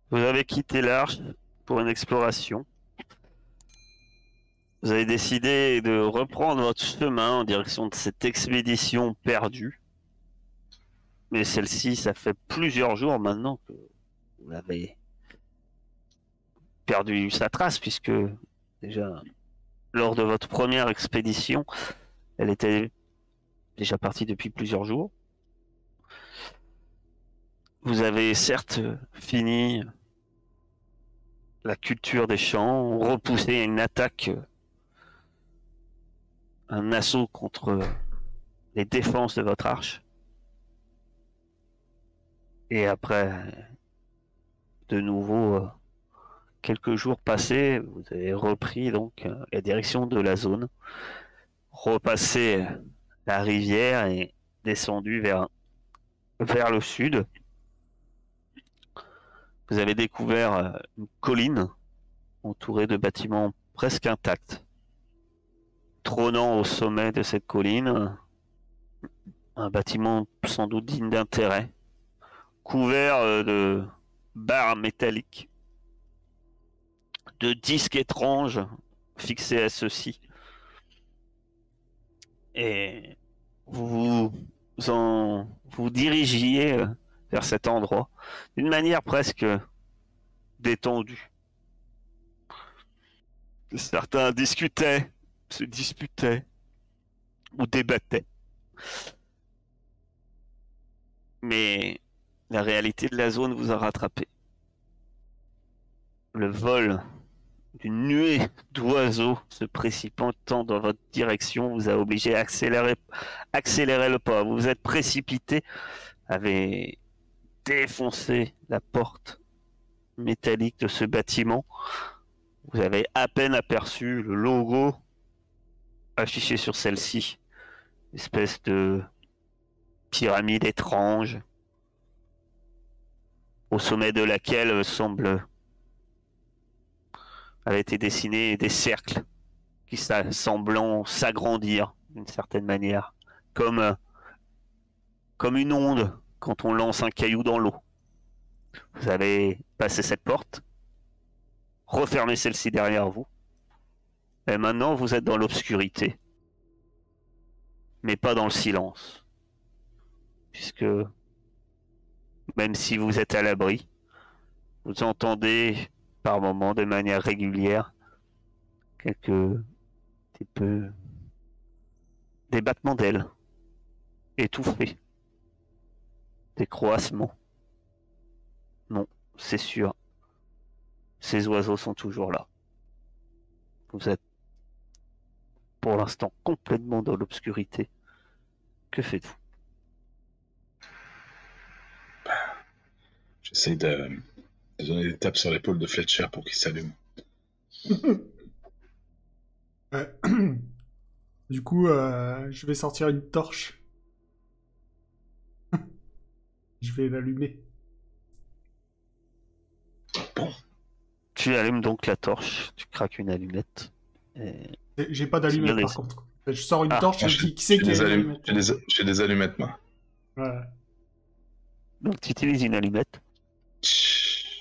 Vous avez quitté l'arche pour une exploration. Vous avez décidé de reprendre votre chemin en direction de cette expédition perdue. Mais celle-ci, ça fait plusieurs jours maintenant que vous avez perdu sa trace, puisque déjà, lors de votre première expédition, elle était déjà partie depuis plusieurs jours. Vous avez certes fini la culture des champs, repoussé une attaque, un assaut contre les défenses de votre arche. Et après, de nouveau, quelques jours passés, vous avez repris donc la direction de la zone, repassé la rivière et descendu vers le sud. Vous avez découvert une colline entourée de bâtiments presque intacts. Trônant au sommet de cette colline, un bâtiment sans doute digne d'intérêt, couvert de barres métalliques, de disques étranges fixés à ceux-ci. Et vous dirigiez vers cet endroit d'une manière presque détendue. Certains discutaient, se disputaient ou débattaient. Mais la réalité de la zone vous a rattrapé. Le vol d'une nuée d'oiseaux se précipitant dans votre direction vous a obligé à accélérer le pas. Vous vous êtes précipité, avez défoncé la porte métallique de ce bâtiment. Vous avez à peine aperçu le logo affiché sur celle-ci. Espèce de pyramide étrange au sommet de laquelle avaient été dessinés des cercles qui semblant s'agrandir d'une certaine manière, comme, comme une onde quand on lance un caillou dans l'eau. Vous avez passé cette porte, refermé celle-ci derrière vous, et maintenant vous êtes dans l'obscurité, mais pas dans le silence, puisque même si vous êtes à l'abri, vous entendez par moments, de manière régulière, quelques petit peu des battements d'ailes étouffés, des croassements. Non, c'est sûr, ces oiseaux sont toujours là. Vous êtes pour l'instant complètement dans l'obscurité. Que faites-vous? J'essaie de donner des tapes sur l'épaule de Fletcher pour qu'il s'allume. Ouais. Du coup, je vais sortir une torche. Je vais l'allumer. Bon, Tu allumes donc la torche, tu craques une allumette. Et... J'ai pas tu d'allumette les... par contre. Je sors une Ah, torche moi, et qui c'est qui a une allumette? j'ai des allumettes, moi. Voilà. donc tu utilises une allumette. Chut.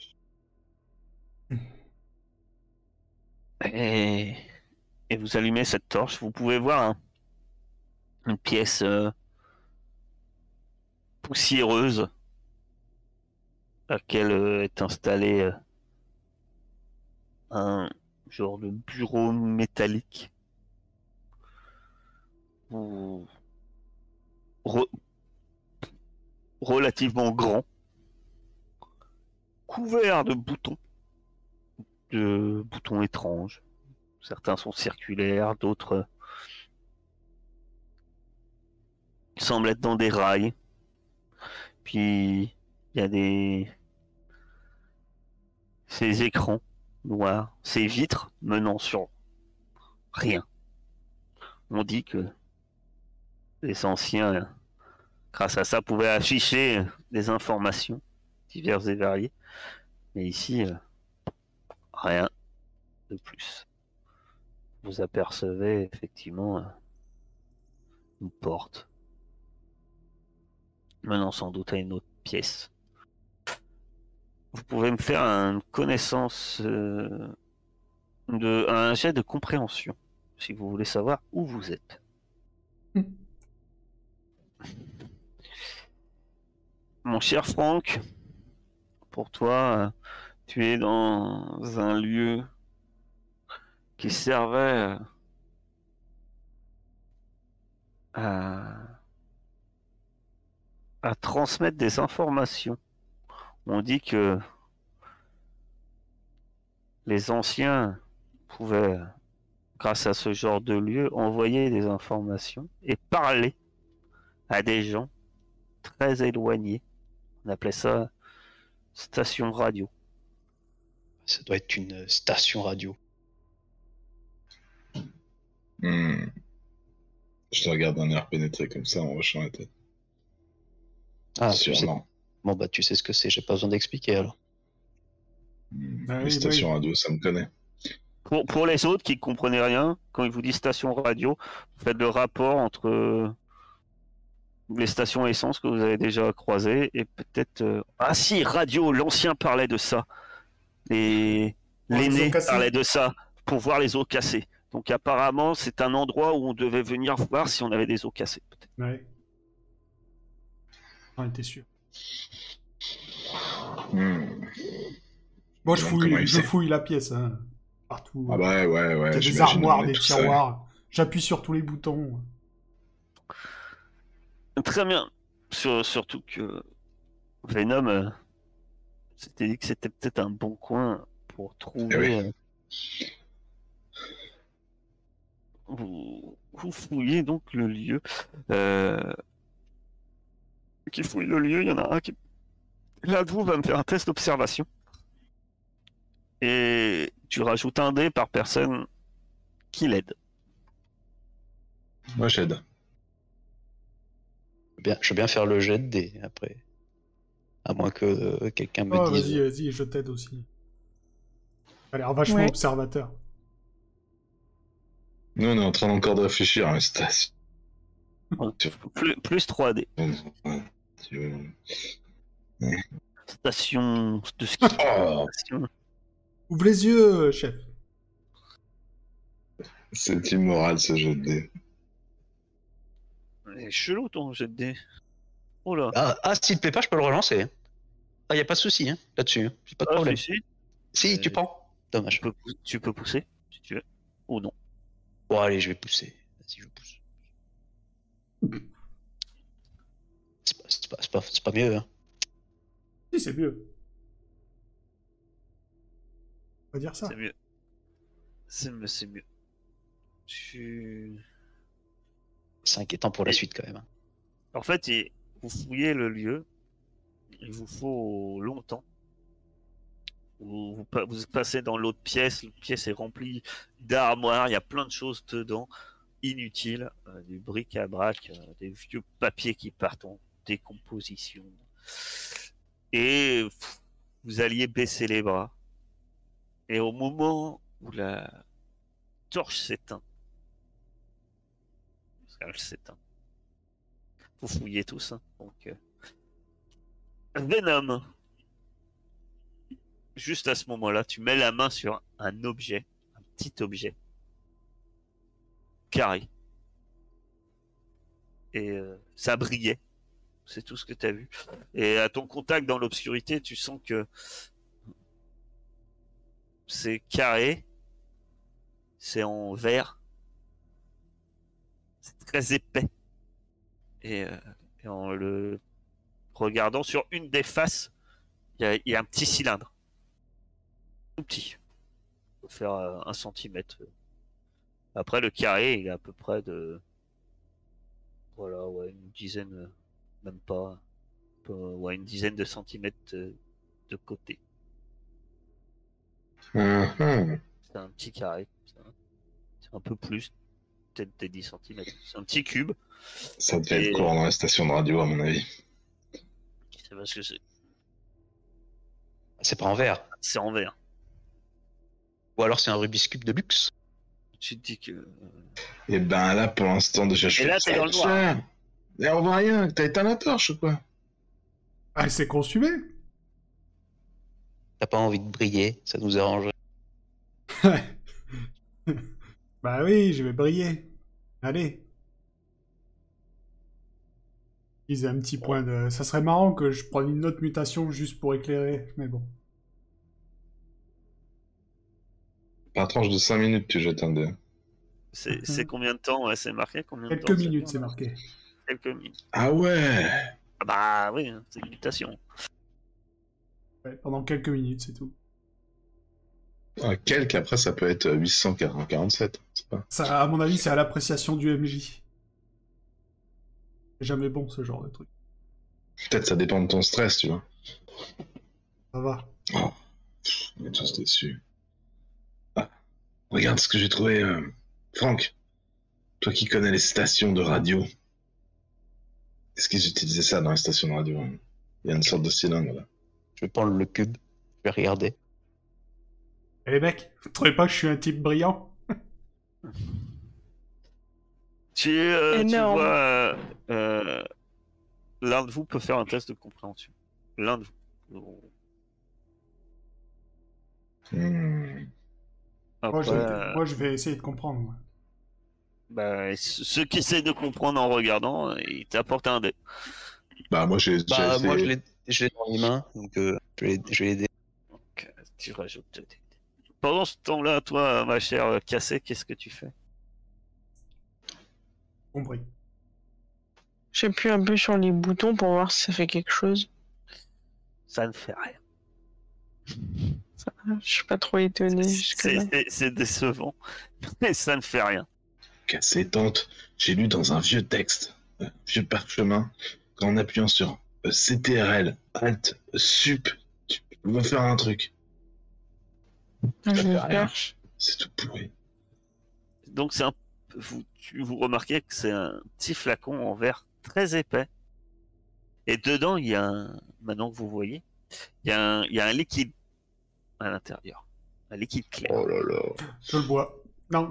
Et, et vous allumez cette torche. Vous pouvez voir une pièce poussiéreuse à laquelle est installé un genre de bureau métallique. Ou re- relativement grand, couvert de boutons étranges. Certains sont circulaires, d'autres semblent être dans des rails. Puis il y a ces écrans noirs, ces vitres menant sur rien. On dit que les anciens, grâce à ça, pouvaient afficher des informations diverses et variées. Mais ici, rien de plus. Vous apercevez effectivement une porte menant sans doute à une autre pièce. vous pouvez me faire une connaissance un jet de compréhension, si vous voulez savoir où vous êtes. Mon cher Franck, pour toi, tu es dans un lieu qui servait à transmettre des informations. On dit que les anciens pouvaient, grâce à ce genre de lieu, envoyer des informations et parler à des gens très éloignés. On appelait ça station radio. Ça doit être une station radio. Je te regarde d'un air pénétré comme ça en hochant la tête. Ah, tu sais. Sûrement. Bon, bah, tu sais ce que c'est, j'ai pas besoin d'expliquer alors. Les stations radio, ça me connaît. Pour les autres qui ne comprenaient rien, quand ils vous disent station radio, vous faites le rapport entre les stations essence que vous avez déjà croisées et peut-être... Ah si, radio, l'ancien parlait de ça. L'aîné parlait de ça pour voir les eaux cassées. Donc apparemment, c'est un endroit où on devait venir voir si on avait des eaux cassées. Peut-être. Ouais. On était sûr. Bon, je fouille la pièce, hein. Partout. Ah bah ouais. Il y a des armoires, des tiroirs. J'appuie sur tous les boutons. Très bien. Surtout que Venom s'était dit que c'était peut-être un bon coin pour trouver... Vous fouillez donc le lieu. Qui fouille le lieu, il y en a un qui... L'un de vous va me faire un test d'observation. Et tu rajoutes un dé par personne qui l'aide. Moi, j'aide. Je veux bien faire le jet de dés après. À moins que quelqu'un me dise... Vas-y, je t'aide aussi. T'as l'air vachement observateur. Nous, on est en train encore de réfléchir à une station. Plus 3 dés. Station de ski. Station... Ouvre les yeux, chef. C'est immoral, ce jeu de dés. C'est chelou ton jet de dés. Oh là. S'il te plaît pas, je peux le relancer. Ah, y a pas de souci là-dessus. J'ai pas de problème. Si, tu prends. Dommage. Tu peux pousser, si tu veux. Ou non. Bon, allez, je vais pousser. Vas-y, je pousse. C'est pas mieux, hein. Si, c'est mieux. On va dire ça. C'est mieux. C'est mieux. C'est inquiétant pour la suite, quand même. En fait, vous fouillez le lieu. Il vous faut longtemps. Vous passez dans l'autre pièce. L'autre pièce est remplie d'armoires. Il y a plein de choses dedans. Inutiles. Du bric-à-brac. Des vieux papiers qui partent en décomposition. Et vous alliez baisser les bras. Et au moment où la torche s'éteint, parce qu'elle s'éteint, vous fouillez tous. Hein, donc, Venom, juste à ce moment-là, tu mets la main sur un objet, un petit objet, carré. Et ça brillait. C'est tout ce que tu as vu. Et à ton contact dans l'obscurité, tu sens que c'est carré, c'est en verre, c'est très épais. Et en le regardant sur une des faces, il y a un petit cylindre. Tout petit. Il faut faire 1 centimètre. Après, le carré, il est à peu près de... Voilà, ouais, une dizaine, même pas. Ouais, une dizaine de centimètres de côté. C'est un petit carré. C'est un peu plus, peut-être des 10 cm. C'est un petit cube. Ça devait être court dans la station de radio, à mon avis. Je sais pas ce que c'est. C'est pas en verre. C'est en verre. Ou alors c'est un Rubik's Cube de luxe. Tu te dis que... Et ben là, pour l'instant, déjà, je fais... Et là, t'es dans le noir. Et on voit rien. T'as éteint la torche ou quoi? Ah, elle s'est consumée. T'as pas envie de briller, ça nous arrange. Bah oui, je vais briller. Allez. Ils un petit point de... Ça serait marrant que je prenne une autre mutation juste pour éclairer, mais bon. Par tranche de 5 minutes, tu jettes un dé. C'est combien de temps? Ouais, c'est marqué combien de temps? Quelques minutes, c'est marqué. Quelques minutes. Ah ouais! Ah bah oui, c'est une mutation. Ouais, pendant quelques minutes, c'est tout. Ah, quelques, après, ça peut être 847. C'est pas... Ça, à mon avis, c'est à l'appréciation du MJ. C'est jamais bon, ce genre de truc. Peut-être ça dépend de ton stress, tu vois. Ça va. Oh, on est tous déçus. Ah, regarde ce que j'ai trouvé. Franck, toi qui connais les stations de radio, est-ce qu'ils utilisaient ça dans les stations de radio? Il y a une sorte de cylindre là. Je vais prendre le cube, je vais regarder. Et les mecs, vous trouvez pas que je suis un type brillant? Tu Énorme. vois, l'un de vous peut faire un test de compréhension. L'un de vous. Après, Moi, je vais essayer de comprendre. Moi. bah, ceux qui essaient de comprendre en regardant, ils t'apportent un dé. Bah, moi j'ai Bah, essayé. moi, je l'ai dans les mains, donc je vais l'aider. Donc, tu rajoutes 2 dés. Pendant ce temps-là, toi, ma chère Cassé, qu'est-ce que tu fais? Compris. J'appuie un peu sur les boutons pour voir si ça fait quelque chose. Ça ne fait rien. Je suis pas trop étonné jusque-là. C'est décevant, mais ça ne fait rien. Cassé tente. J'ai lu dans un vieux texte, vieux parchemin, qu'en appuyant sur CTRL, Alt, Sup, tu peux faire un truc. Je fait le rien. cherche. C'est tout pourri. Donc vous remarquez que c'est un petit flacon en verre très épais. Et dedans, il y a maintenant que vous voyez, il y a un liquide à l'intérieur. Un liquide clair. Oh là là. Je le bois. Non.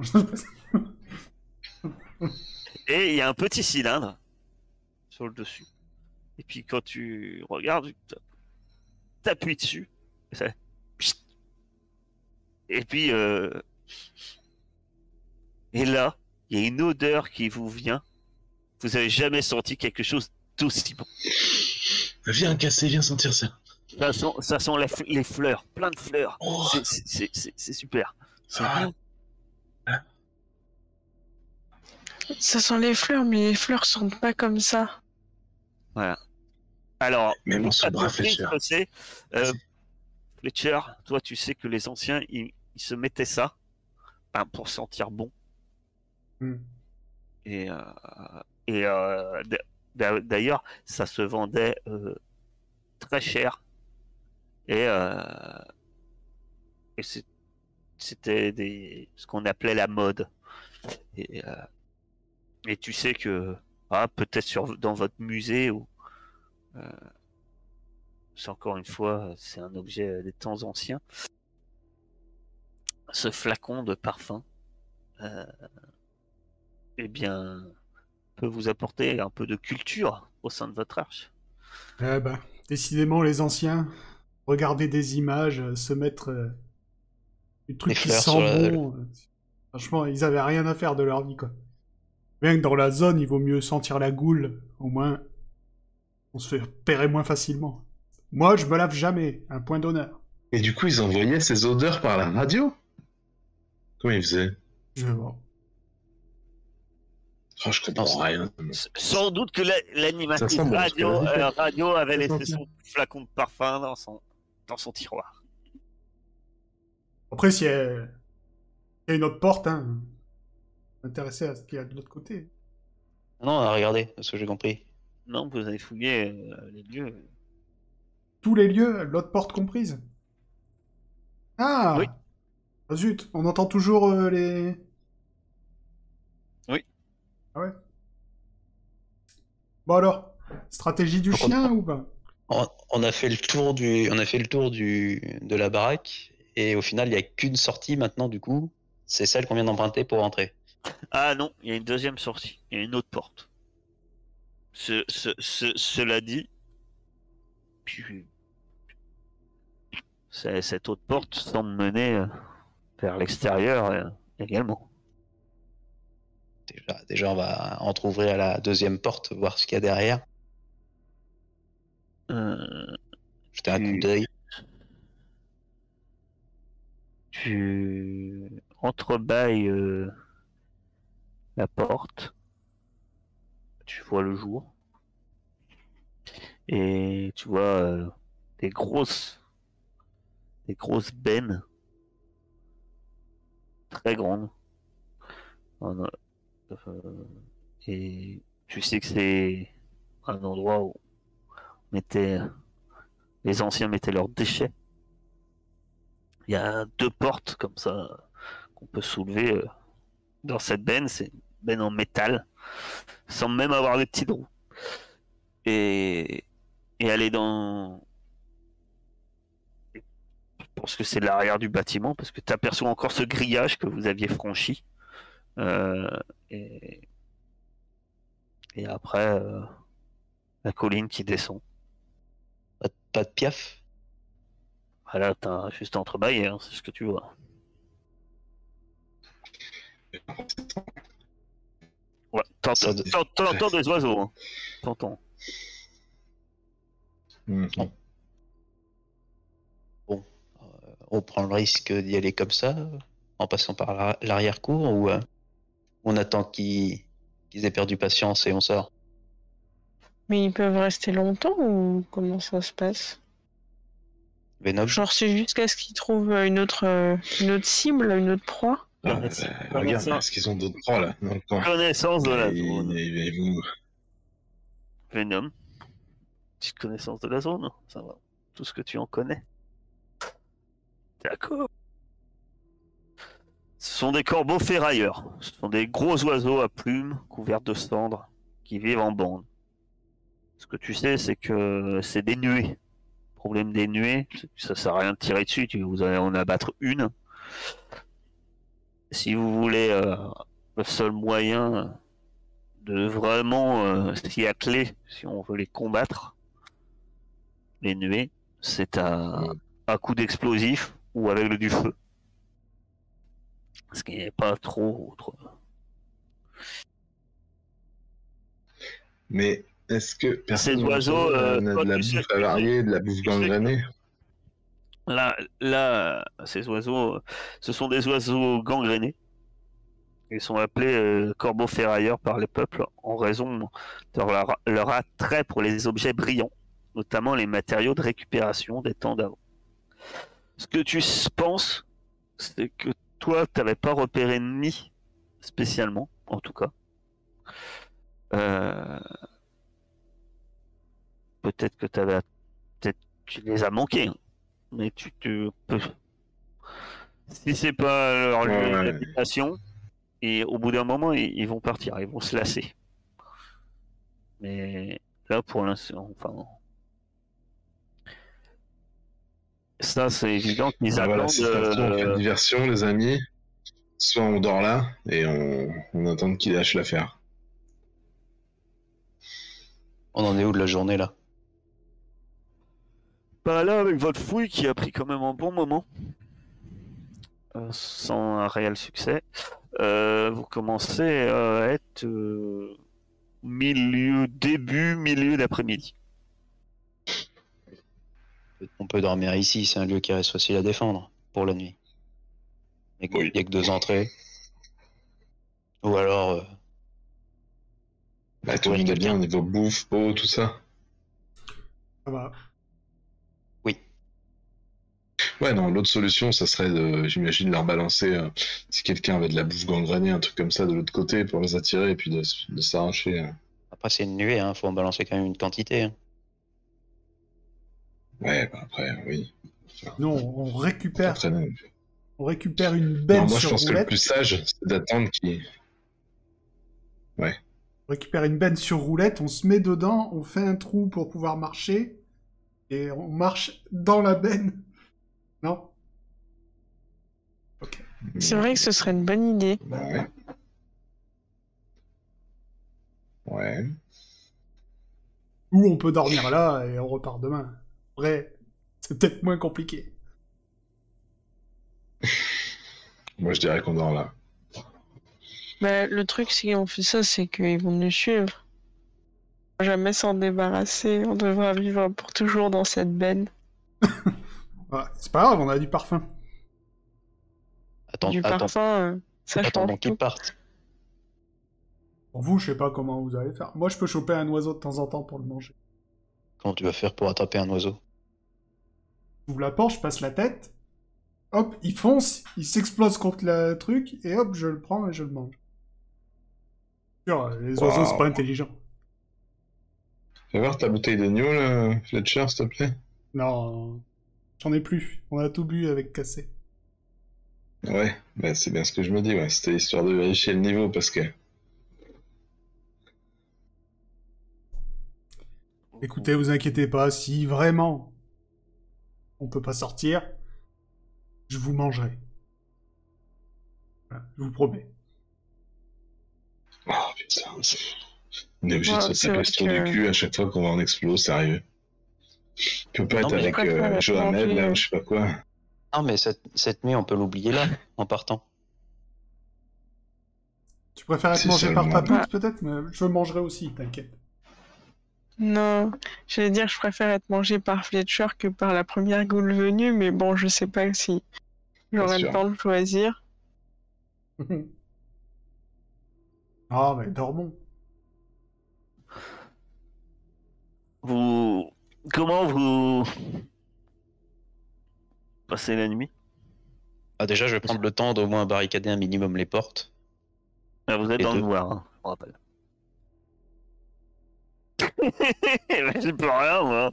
Et il y a un petit cylindre sur le dessus. Et puis quand tu regardes, tu t'appuies dessus. Et ça fait pssst. Et puis, et là, il y a une odeur qui vous vient. Vous avez jamais senti quelque chose d'aussi bon. Viens, Cassé, viens sentir ça. Ça sent les fleurs, plein de fleurs. Oh. C'est super. Ah. Ça sent les fleurs, mais les fleurs sentent pas comme ça. Voilà. Alors, Mets-moi vous sous le bras, compris Fletcher. ce que c'est. Fletcher, toi, tu sais que les anciens, ils se mettaient ça pour sentir bon. Hmm. Et d'ailleurs, ça se vendait très cher. Et c'était ce qu'on appelait la mode. Et tu sais que peut-être dans votre musée ou c'est encore une fois, c'est un objet des temps anciens. Ce flacon de parfum, eh bien, peut vous apporter un peu de culture au sein de votre arche. Eh ben, décidément, les anciens, regarder des images, se mettre des trucs qui sentent bon. Franchement, ils avaient rien à faire de leur vie, quoi. Bien que dans la zone, il vaut mieux sentir la goule. Au moins, on se fait repérer moins facilement. Moi, je me lave jamais. Un point d'honneur. Et du coup, ils envoyaient ces odeurs par la radio? Comment ils faisaient? Je vois. Oh, je comprends rien. Sans doute que l'animatrice Ça sent bon, radio avait Ça laissé sent son flacon de parfum dans son tiroir. Après, s'il y a une autre porte, hein, intéressé à ce qu'il y a de l'autre côté. Non, regardez, ce que j'ai compris. Non, vous avez fouillé les lieux. Tous les lieux, l'autre porte comprise. Ah Oui. Ah, zut, on entend toujours les... Oui. Ah ouais. Bon alors, stratégie du chien ou pas? On a fait le tour de la baraque et au final il n'y a qu'une sortie maintenant du coup, c'est celle qu'on vient d'emprunter pour rentrer. Ah non, il y a une deuxième sortie, il y a une autre porte. Cela dit, Cette autre porte semble mener vers l'extérieur également. Déjà, on va entrouvrir la deuxième porte, voir ce qu'il y a derrière. Jeter un coup d'œil. Tu entrebâilles la porte. Tu vois le jour. Et tu vois des grosses bennes très grandes. Et tu sais que c'est un endroit où les anciens mettaient leurs déchets. Il y a 2 portes comme ça qu'on peut soulever dans cette benne. C'est une benne en métal, sans même avoir des petits trous. Et aller dans... Je pense que c'est l'arrière du bâtiment, parce que tu aperçois encore ce grillage que vous aviez franchi. Et après, la colline qui descend. Pas de piaf. Voilà, t'as juste entrebâillé, hein, c'est ce que tu vois. Ouais, t'entends des oiseaux, hein. T'entends. Bon, on prend le risque d'y aller comme ça, en passant par l'arrière-cour, ou on attend qu'ils aient perdu patience et on sort. Mais ils peuvent rester longtemps ou comment ça se passe? Venom. Genre c'est jusqu'à ce qu'ils trouvent une autre cible, une autre proie? Regarde, est-ce qu'ils ont d'autres proies là dans le coin? Connaissance de la zone. vous... Venom. Petite connaissance de la zone, ça va. Tout ce que tu en connais. D'accord. Ce sont des corbeaux ferrailleurs. Ce sont des gros oiseaux à plumes couverts de cendres qui vivent en bande. Ce que tu sais, c'est que c'est des nuées. Le problème des nuées, ça sert à rien de tirer dessus. Vous allez en abattre une. Si vous voulez le seul moyen de vraiment s'y atteler, si on veut les combattre, les nuées, c'est à coup d'explosif ou avec du feu. Ce qui n'est pas trop autre. Mais est-ce que personne ces oiseaux a de la bouffe avariée, de la bouffe gangrénée? Là, ces oiseaux, ce sont des oiseaux gangrénés. Ils sont appelés corbeaux ferrailleurs par les peuples en raison de leur attrait pour les objets brillants, notamment les matériaux de récupération des temps d'avant. Ce que tu penses, c'est que toi, tu n'avais pas repéré de nid spécialement, en tout cas. Peut-être que tu les as manqués, hein. Mais tu peux. Si c'est pas leur lieu d'habitation, et au bout d'un moment, ils vont partir, ils vont se lasser. Mais là, pour l'instant, enfin. Ça, c'est évident qu'ils attendent. Voilà, c'est parti, on fait une diversion, les amis. Soit on dort là, et on attend qu'ils lâchent l'affaire. On en est où de la journée là? Bah là, avec votre fouille qui a pris quand même un bon moment, sans un réel succès, vous commencez à être milieu d'après-midi. On peut dormir ici, c'est un lieu qui reste facile à défendre pour la nuit. Il n'y a que 2 entrées. Ou alors... Bah, tout le monde est bien au niveau bouffe, eau, tout ça. Ça va. Oui. Ouais, non, l'autre solution, ça serait j'imagine, leur balancer, si quelqu'un avait de la bouffe gangrénée, un truc comme ça de l'autre côté, pour les attirer et puis de s'arracher. Après, c'est une nuée, hein, faut en balancer quand même une quantité. Hein. Ouais, bah après, oui. Enfin, non, on récupère une benne non, moi, sur je pense roulette. que le plus sage, c'est d'attendre qu'il... Ouais. On récupère une benne sur roulette, on se met dedans, on fait un trou pour pouvoir marcher, et on marche dans la benne. Non? Ok. C'est vrai que ce serait une bonne idée. Ouais. Ouais. Ou on peut dormir là et on repart demain. Après, c'est peut-être moins compliqué. Moi, je dirais qu'on dort là. Bah, le truc, si on fait ça, c'est qu'ils vont nous suivre. Jamais s'en débarrasser. On devra vivre pour toujours dans cette benne. Ouais, c'est pas grave, on a du parfum. Du parfum, ça attendons change qu'ils tout. partent. Pour vous, je sais pas comment vous allez faire. Moi, je peux choper un oiseau de temps en temps pour le manger. Comment tu vas faire pour attraper un oiseau? J'ouvre la porte, je passe la tête. Hop, il fonce, il s'explose contre le truc, et hop, je le prends et je le mange. Sûr, les oiseaux, c'est pas intelligent. Fais voir ta bouteille de New, là, Fletcher, s'il te plaît. Non, j'en ai plus. On a tout bu avec cassé. Ouais, bah, c'est bien ce que je me dis, ouais. C'était histoire de vérifier le niveau, parce que... Écoutez, vous inquiétez pas, si vraiment on peut pas sortir, je vous mangerai. Voilà, je vous promets. Oh, putain, on est obligé de se c'est taper vrai ce trou du cul à chaque fois qu'on va en explo, sérieux. Tu peux pas Non, être mais je avec préfère être Johamed, mangé, là, ou je sais pas quoi. Non, mais cette nuit, on peut l'oublier là, en partant. Tu préfères être C'est mangé par seulement- Papout, Ouais. peut-être? Mais je mangerai aussi, t'inquiète. Non, j'allais dire je préfère être mangé par Fletcher que par la première goule venue, mais bon, je sais pas si j'aurai le sûr. temps de choisir. Ah, mais dormons. Comment vous passez la nuit? Ah, déjà, je vais prendre le temps d'au moins barricader un minimum les portes. Ah, vous êtes Les dans le deux. noir, hein, je vous rappelle. Mais j'ai plus rien, moi.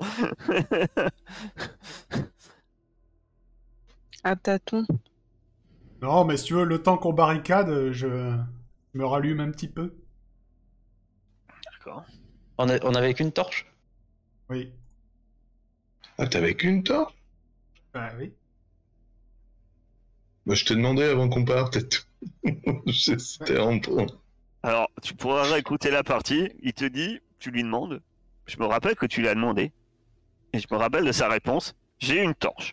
À tâtons. Non, mais si tu veux, le temps qu'on barricade, je me rallume un petit peu. D'accord. On avait qu'une torche? Oui. Ah, t'avais qu'une torche? Bah oui. Bah, je te demandais avant qu'on parte et tout. C'était en point. Alors, tu pourras réécouter la partie. Il te dit, tu lui demandes. Je me rappelle que tu l'as demandé. Et je me rappelle de sa réponse. J'ai une torche.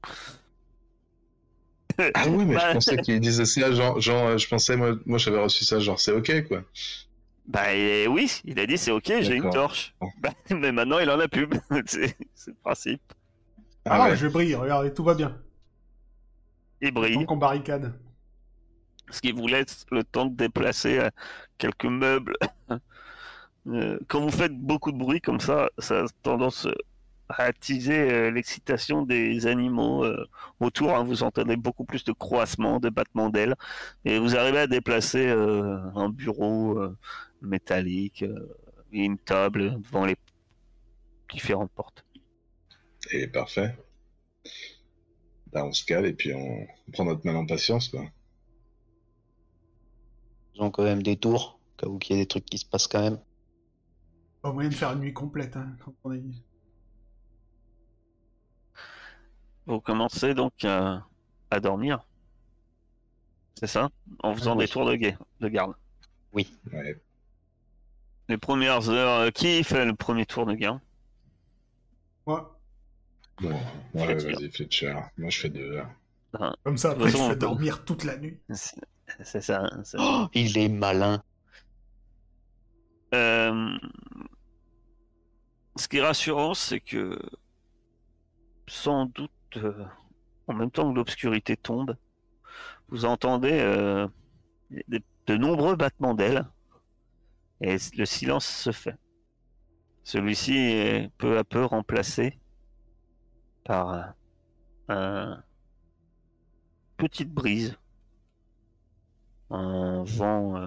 Ah ouais, mais Bah, je pensais qu'il disait ça, je pensais, moi j'avais reçu ça, genre c'est ok, quoi. oui, il a dit c'est ok, j'ai une D'accord. torche. Bah, mais maintenant il en a plus. C'est le principe. Ah, ouais. je brille, regardez, tout va bien. Il Le temps brille. qu'on barricade. Ce qui vous laisse le temps de déplacer quelques meubles. Quand vous faites beaucoup de bruit comme ça a tendance à attiser l'excitation des animaux autour. Hein. Vous entendez beaucoup plus de croassements, de battements d'ailes. Et vous arrivez à déplacer un bureau métallique et une table devant les différentes portes. Et parfait. Là, on se cale et puis on prend notre mal en patience, quoi. Ils ont quand même des tours, au cas où qu'il y ait des trucs qui se passent quand même. Pas moyen de faire une nuit complète, hein, quand on est... Vous commencez donc à dormir. C'est ça? En faisant Oui. des tours de garde. Ouais. Les premières heures, qui fait le premier tour de garde? Moi, Bon, ouais, Fletcher. vas-y, Fletcher. Moi, je fais 2 heures. comme ça, De toute après, je façon, fais dormir toute la nuit. C'est ça. Hein, Oh, il est malin. Ce qui est rassurant, c'est que sans doute, en même temps que l'obscurité tombe, vous entendez de nombreux battements d'ailes et le silence se fait. Celui-ci est peu à peu remplacé par une petite brise, un vent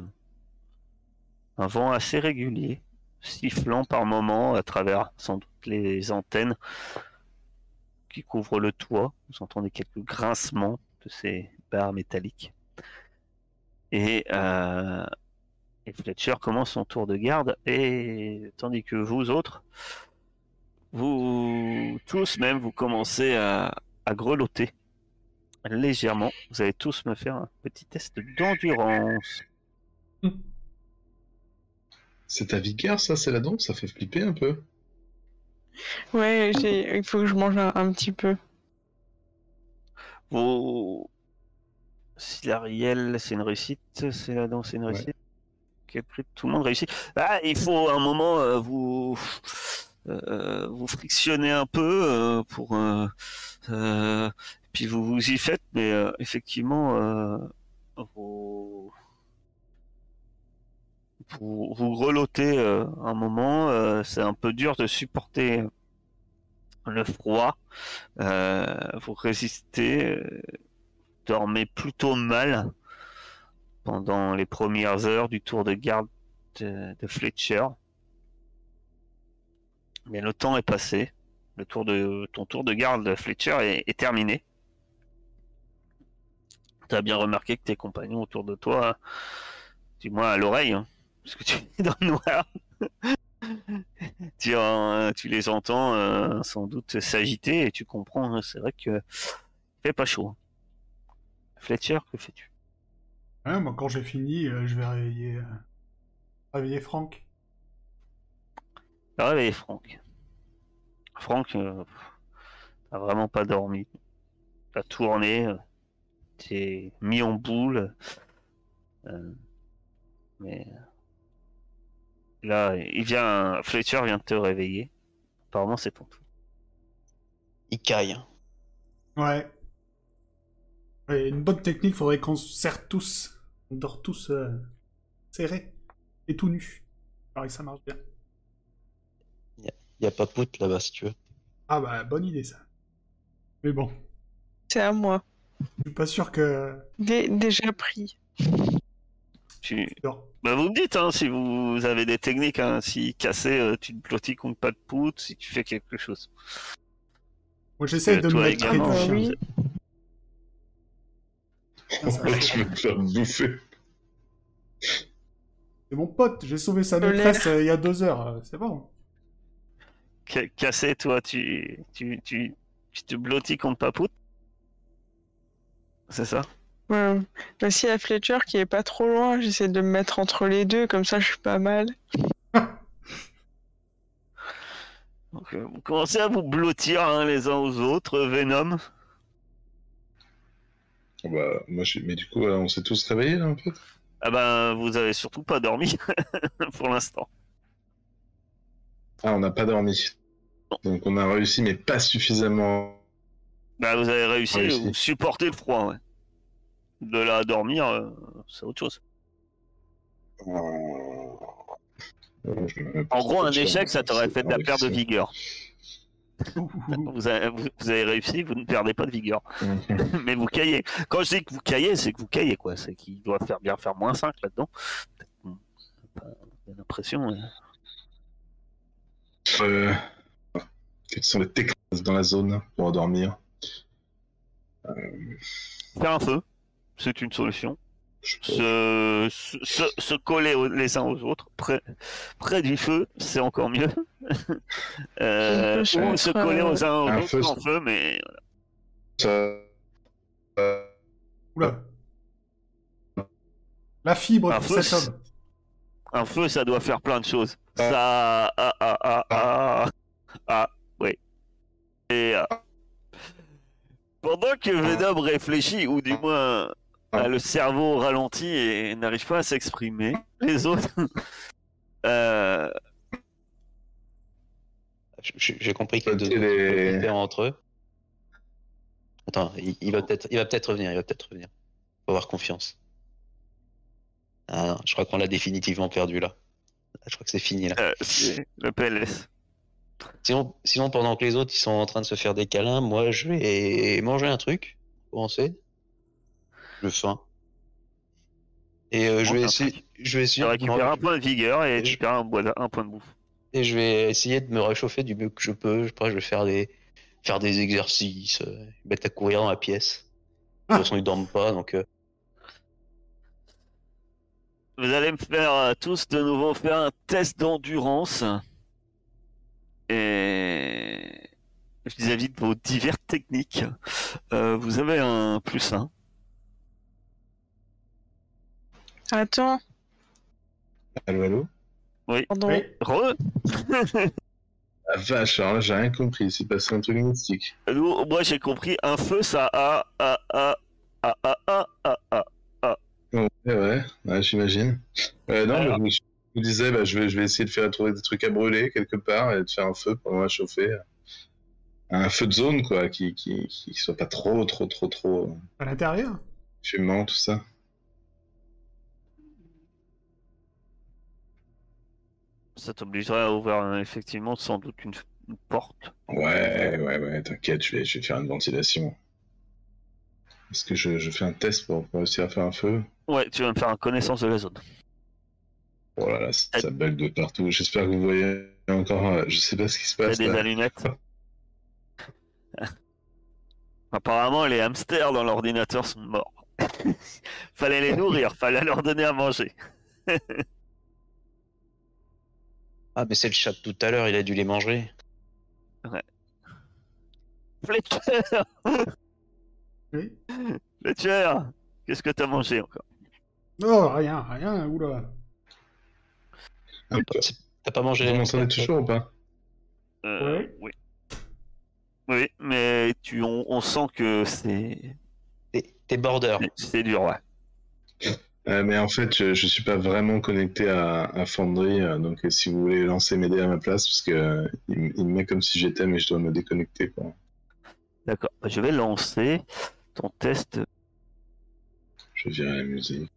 assez régulier, sifflant par moments à travers sans doute les antennes qui couvrent le toit. Vous entendez quelques grincements de ces barres métalliques. Et Fletcher commence son tour de garde, et tandis que vous autres, vous tous même, vous commencez à grelotter légèrement. Vous allez tous me faire un petit test d'endurance. C'est ta vigueur, ça, c'est la dent? Ça fait flipper un peu. Ouais, il faut que je mange un petit peu. Vous Silariel, c'est une réussite. C'est là donc c'est une réussite. Ouais. Tout le monde réussit. Ah, il faut un moment vous frictionnez un peu pour puis vous y faites, mais effectivement vous grelottez un moment. C'est un peu dur de supporter le froid. Vous résistez. Dormez plutôt mal pendant les premières heures du tour de garde de Fletcher. Mais le temps est passé. Ton tour de garde Fletcher est terminé. Tu as bien remarqué que tes compagnons autour de toi, du moins à l'oreille, hein, parce que tu es dans le noir, tu les entends sans doute s'agiter et tu comprends, hein, c'est vrai que il fait pas chaud. Fletcher, que fais-tu? Ouais, moi, quand j'ai fini, je vais réveiller Franck. Réveiller Franck. Franck, t'as vraiment pas dormi. T'as tourné, t'es mis en boule. Mais là, Fletcher vient de te réveiller. Apparemment, c'est ton tour. Il caille. Ouais. Et une bonne technique, faudrait qu'on se serre tous. On dort tous serrés et tout nus. Pareil, ça marche bien. Il y a pas Pout là-bas si tu veux. Ah bah, bonne idée ça. Mais bon. C'est à moi. Je suis pas sûr que... Déjà pris. Bah vous me dites hein, si vous avez des techniques, hein, si cassé, tu te blottis contre pas de poutre, si tu fais quelque chose. Moi j'essaie de me mettre près du chien. Oui. Je vais me faire bouffer. C'est mon pote, j'ai sauvé sa maîtresse il y a 2 heures, c'est bon. Cassé, toi, tu te blottis contre Papout. C'est ça? Ouais. Bah, s'il y a Fletcher qui est pas trop loin, j'essaie de me mettre entre les deux, comme ça je suis pas mal. Donc, vous commencez à vous blottir hein, les uns aux autres, Venom. Bah, mais du coup, on s'est tous réveillés là en fait? Ah ben, vous avez surtout pas dormi pour l'instant. Ah, on n'a pas dormi. Donc on a réussi, mais pas suffisamment. Bah, vous avez réussi. Vous supportez le froid, ouais. De là à dormir, c'est autre chose. En gros, un échec, ça t'aurait fait de la perte de vigueur. Vous avez réussi, vous ne perdez pas de vigueur. Mais vous caillez. Quand je dis que vous caillez, c'est que vous caillez, quoi. C'est qu'il doit bien faire moins 5 là-dedans. J'ai l'impression. Quelles sont les techniques dans la zone pour dormir? Faire un feu, c'est une solution. Se coller les uns aux autres, près du feu, c'est encore mieux. Ou se coller aux uns aux autres en feu, mais... Oula. La fibre pour cet homme. Un feu, ça doit faire plein de choses. Oui. Et pendant que Venom réfléchit, ou du moins le cerveau ralentit et n'arrive pas à s'exprimer, les autres... J'ai compris qu'il y a deux différents entre eux. Attends, il va peut-être revenir. Faut avoir confiance. Ah non, je crois qu'on l'a définitivement perdu là. Je crois que c'est fini là. C'est le PLS. Sinon, pendant que les autres ils sont en train de se faire des câlins, moi je vais manger un truc. Commencer. J'ai faim. Et je vais essayer. Tu récupères un point de vigueur et tu perds un point de bouffe. Et je vais essayer de me réchauffer du mieux que je peux. Je vais faire des exercices, mettre à courir dans la pièce. De toute façon, ils dorment pas, donc. Vous allez me faire tous de nouveau faire un test d'endurance. Et vis-à-vis de vos diverses techniques, vous avez un +1. Attends. Allô? Oui. Pardon. Oui. Ah vache, alors là j'ai rien compris, il s'est passé un truc mystique. Moi j'ai compris, un feu ça a. Ouais, j'imagine. Non, Alors. mais je me disais, bah, je vais essayer de faire trouver des trucs à brûler quelque part et de faire un feu pour moi chauffer. Un feu de zone, quoi, qui soit pas trop À l'intérieur? fumant, tout ça. Ça t'obligerait à ouvrir effectivement sans doute une porte. Ouais, t'inquiète, je vais faire une ventilation. Est-ce que je fais un test pour réussir à faire un feu? Ouais, tu vas me faire une connaissance de la zone. Oh là là, ça bug de partout. J'espère que vous voyez encore. Je sais pas ce qui se T'as passe des là. allumettes. Apparemment, les hamsters dans l'ordinateur sont morts. Fallait les nourrir, fallait leur donner à manger. Ah, mais c'est le chat de tout à l'heure, il a dû les manger. Fletcher, Oui. Fletcher, qu'est-ce que t'as mangé encore? Non, rien, oula. Ah, T'as pas mangé vous les m'entendez hamsters, toujours ou pas? Ouais. Oui. Oui, mais on sent que c'est T'es border. dur, ouais. Mais en fait, je suis pas vraiment connecté à Foundry, donc si vous voulez lancer m'aider à ma place, parce que il me met comme si j'étais, mais je dois me déconnecter, quoi. D'accord, je vais lancer ton test. Je virer la musique.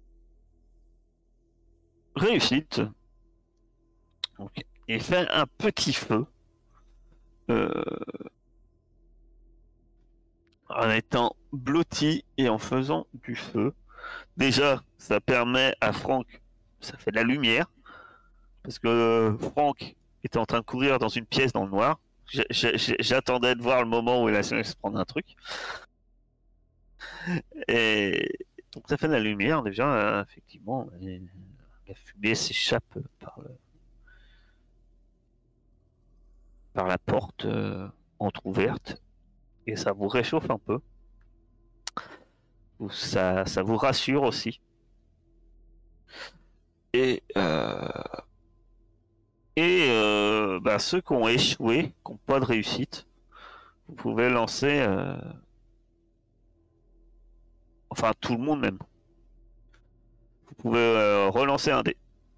Réussite. Donc, il fait un petit feu. En étant blotti et en faisant du feu. Déjà, ça permet à Franck, ça fait de la lumière, parce que Franck était en train de courir dans une pièce dans le noir. J'attendais de voir le moment où il allait se prendre un truc. Et donc ça fait de la lumière déjà, effectivement. Et la fumée s'échappe par la porte entrouverte et ça vous réchauffe un peu. Ça vous rassure aussi. Et ceux qui ont échoué, qui n'ont pas de réussite, vous pouvez lancer, enfin tout le monde même. Vous pouvez relancer un dé.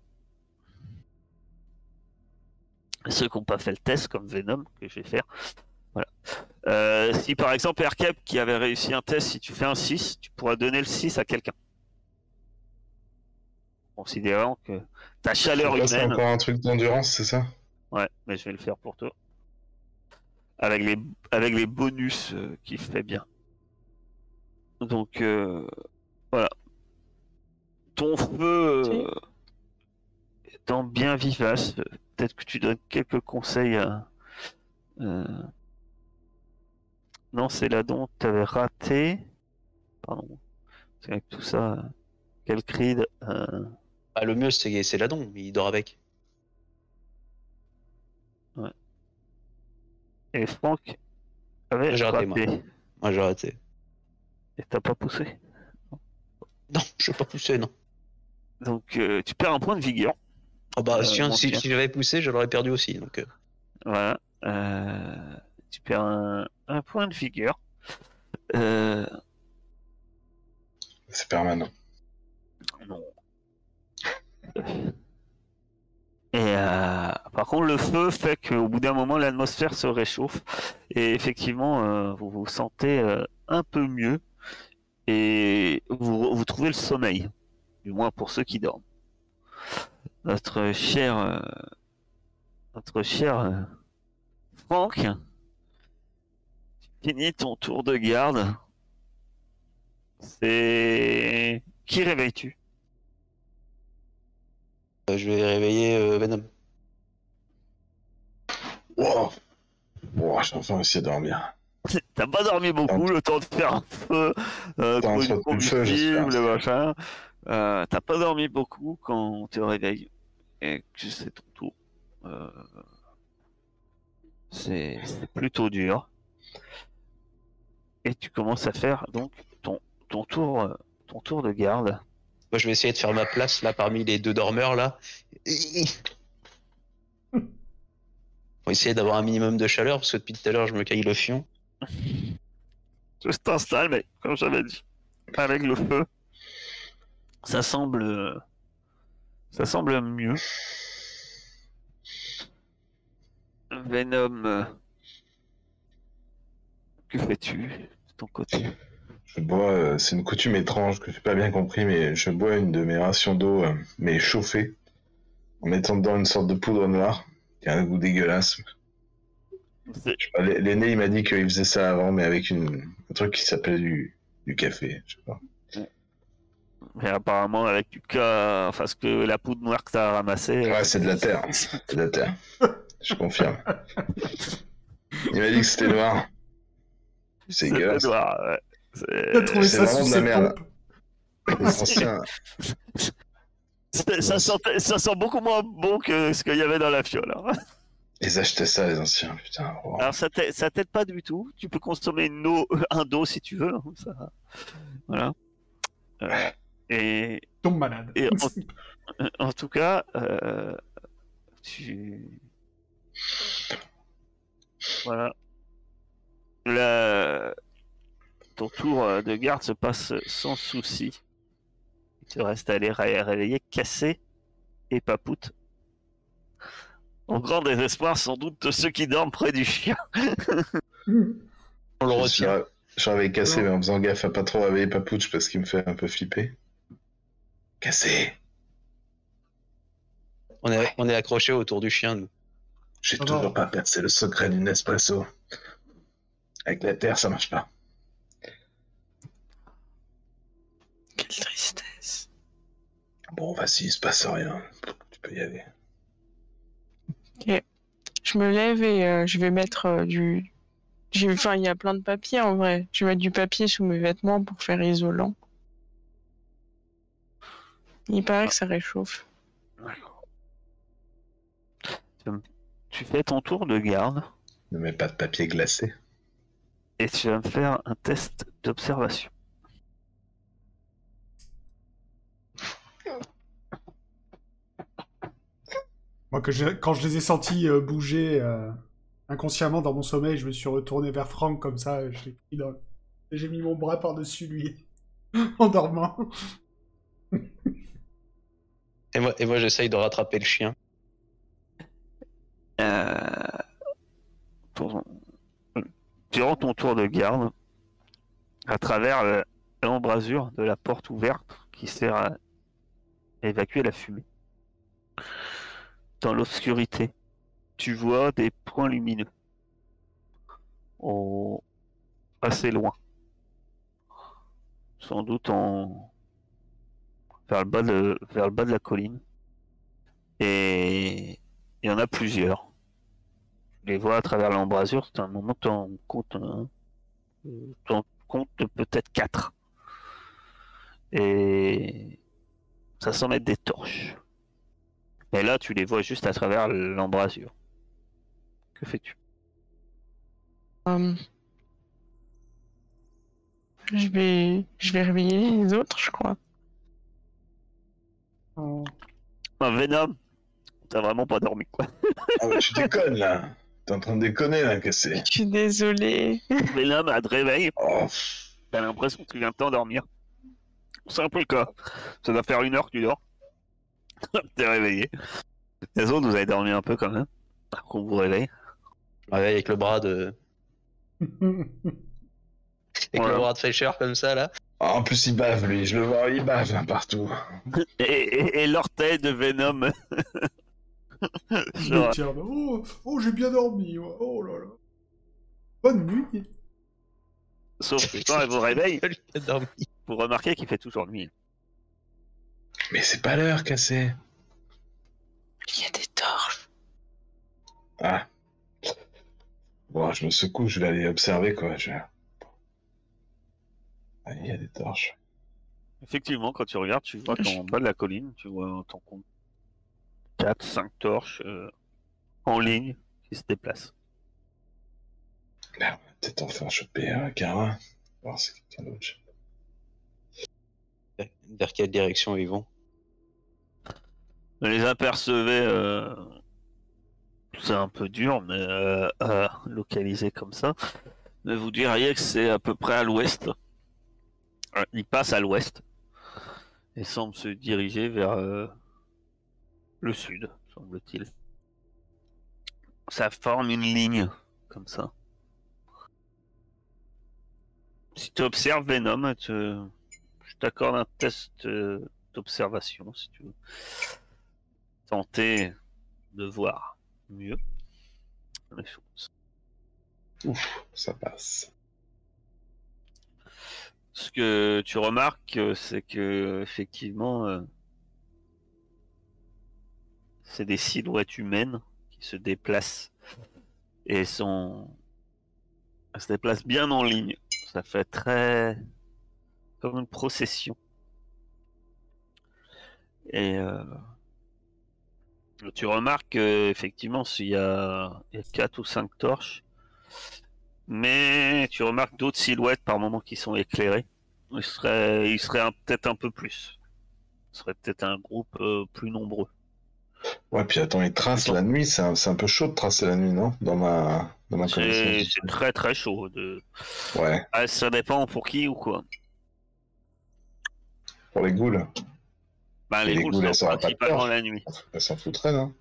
Ceux qui n'ont pas fait le test, comme Venom, que je vais faire. Voilà. Si par exemple Aircap qui avait réussi un test, si tu fais un 6, tu pourras donner le 6 à quelqu'un. Considérant que ta chaleur Là, c'est humaine. encore un truc d'endurance, c'est ça? Ouais, mais je vais le faire pour toi. Avec les bonus qu'il fait bien. Donc voilà. Ton feu étant bien vivace, peut-être que tu donnes quelques conseils à. Non, c'est là dont tu avais raté. Pardon. C'est avec tout ça. Quel Creed Ah, le mieux, c'est l'adon, il dort avec. Ouais. Et Franck avait J'ai raté, raté. Moi, j'ai raté. Et t'as pas poussé. Non, je vais pas pousser, non. Donc tu perds un point de vigueur. Ah bah, si j'avais poussé, je l'aurais perdu aussi. Donc, Voilà. Tu perds un point de vigueur. C'est permanent. Non. Et par contre, le feu fait qu'au bout d'un moment, l'atmosphère se réchauffe et effectivement, vous vous sentez un peu mieux et vous trouvez le sommeil, du moins pour ceux qui dorment. Notre cher Franck, tu finis ton tour de garde. C'est qui réveilles-tu? je vais réveiller Venom. Wow. J'ai enfin réussi à dormir. T'as pas dormi beaucoup, le temps de faire un feu, trouver du combustible, machin. T'as pas dormi beaucoup quand on te réveille et que c'est ton tour. C'est plutôt dur. Et tu commences à faire donc ton tour de garde. Moi, je vais essayer de faire ma place là parmi les deux dormeurs là. Faut essayer d'avoir un minimum de chaleur parce que depuis tout à l'heure, je me caille le fion. Je t'installe, mais comme j'avais dit, avec le feu. Ça semble mieux. Venom, que fais-tu de ton côté? Je bois, c'est une coutume étrange que j'ai pas bien compris, mais je bois une de mes rations d'eau, mais chauffée, en mettant dedans une sorte de poudre noire, qui a un goût dégueulasse. Je sais pas, l'aîné, il m'a dit qu'il faisait ça avant, mais avec un truc qui s'appelait du café, je sais pas. Mais apparemment, avec du cas, enfin, ce que la poudre noire que t'as ramassée. Ouais, c'est de la terre. C'est de la terre. Je confirme. Il m'a dit que c'était noir. C'est dégueulasse. Noir, ouais. C'est vraiment de la merde. Ça sent beaucoup moins bon que ce qu'il y avait dans la fiole. Hein. Ils achetaient ça, les anciens, putain. Wow. Alors, ça t'aide pas du tout. Tu peux consommer un dos si tu veux. Hein, ça. Voilà. Et tombe malade. Et en tout cas, voilà. Ton tour de garde se passe sans souci. Il te reste à aller réveiller Cassé et Papoute. En grand désespoir, sans doute, de ceux qui dorment près du chien. On le retient. Je réveille Cassé, mais en faisant gaffe à pas trop réveiller Papouche parce qu'il me fait un peu flipper. Cassé! On est accroché autour du chien, nous. J'ai toujours pas percé le secret du Nespresso. Avec la terre, ça marche pas. Quelle tristesse. Bon, vas-y, il se passe rien. Tu peux y aller. Ok. Je me lève et je vais mettre du... Enfin, il y a plein de papier en vrai. Je vais mettre du papier sous mes vêtements pour faire isolant. Il paraît que ça réchauffe. Tu fais ton tour de garde. Ne mets pas de papier glacé. Et tu vas me faire un test d'observation. Moi, quand je les ai sentis bouger inconsciemment dans mon sommeil, je me suis retourné vers Franck comme ça, j'ai mis mon bras par-dessus lui, en dormant. Et moi j'essaye de rattraper le chien. Durant ton tour de garde, à travers l'embrasure de la porte ouverte qui sert à évacuer la fumée, dans l'obscurité, tu vois des points lumineux assez loin, sans doute vers le bas de la colline, et il y en a plusieurs. Tu les vois à travers l'embrasure. C'est un moment t'en comptes peut-être 4, et ça semble être des torches. Et là, tu les vois juste à travers l'embrasure. Que fais-tu? Je vais réveiller les autres, je crois. Venom, t'as vraiment pas dormi, quoi. Ah ouais, tu déconnes, là. T'es en train de déconner, là, Cassé. Je suis désolée. Venom, à te réveiller. Oh. T'as l'impression que tu viens de t'endormir. C'est un peu le cas. Ça doit faire 1 heure que tu dors. T'es réveillé. Les autres, vous avez dormi un peu quand même. Qu'on vous réveille. Je réveille avec le bras de... le bras de Fletcher comme ça, là. Ah, en plus, il bave, lui. Je le vois, il bave hein, partout. Et l'orteil de Venom. Genre... Oh, j'ai bien dormi. Oh là là. Bonne nuit. Sauf que quand elle vous réveille, vous remarquez qu'il fait toujours nuit. Mais c'est pas l'heure, Cassé. Il y a des torches. Ah. Bon, je me secoue, je vais aller observer, quoi. Ah, il y a des torches. Effectivement, quand tu regardes, tu vois qu'en bas de la colline, tu vois ton compte 4-5 torches en ligne qui se déplacent. Là, on va peut-être enfin choper un Cara. Voir si c'est quelqu'un d'autre. Vers quelle direction ils vont? Vous les apercevez, c'est un peu dur, mais localisé comme ça. Mais vous diriez que c'est à peu près à l'ouest. Ils passent à l'ouest. et semble se diriger vers le sud, semble-t-il. Ça forme une ligne, comme ça. Si tu observes Venom, je t'accorde un test d'observation, si tu veux. Tenter de voir mieux les choses. Ouf, ça passe. Ce que tu remarques, c'est que effectivement, c'est des silhouettes humaines qui se déplacent et elles se déplacent bien en ligne. Ça fait très comme une procession. Et tu remarques qu'effectivement, il y a 4 ou 5 torches, mais tu remarques d'autres silhouettes par moments qui sont éclairées. Il serait peut-être un peu plus. Ce serait peut-être un groupe plus nombreux. Ouais, puis attends, ils tracent la nuit, c'est un peu chaud de tracer la nuit, non? Dans ma connaissance. C'est très très chaud. Ouais. Ah, ça dépend pour qui ou quoi. Pour les ghouls. Bah, les ghouls elles sont auraient pas de principalement torches. la nuit. Elles s'en foutraient, non?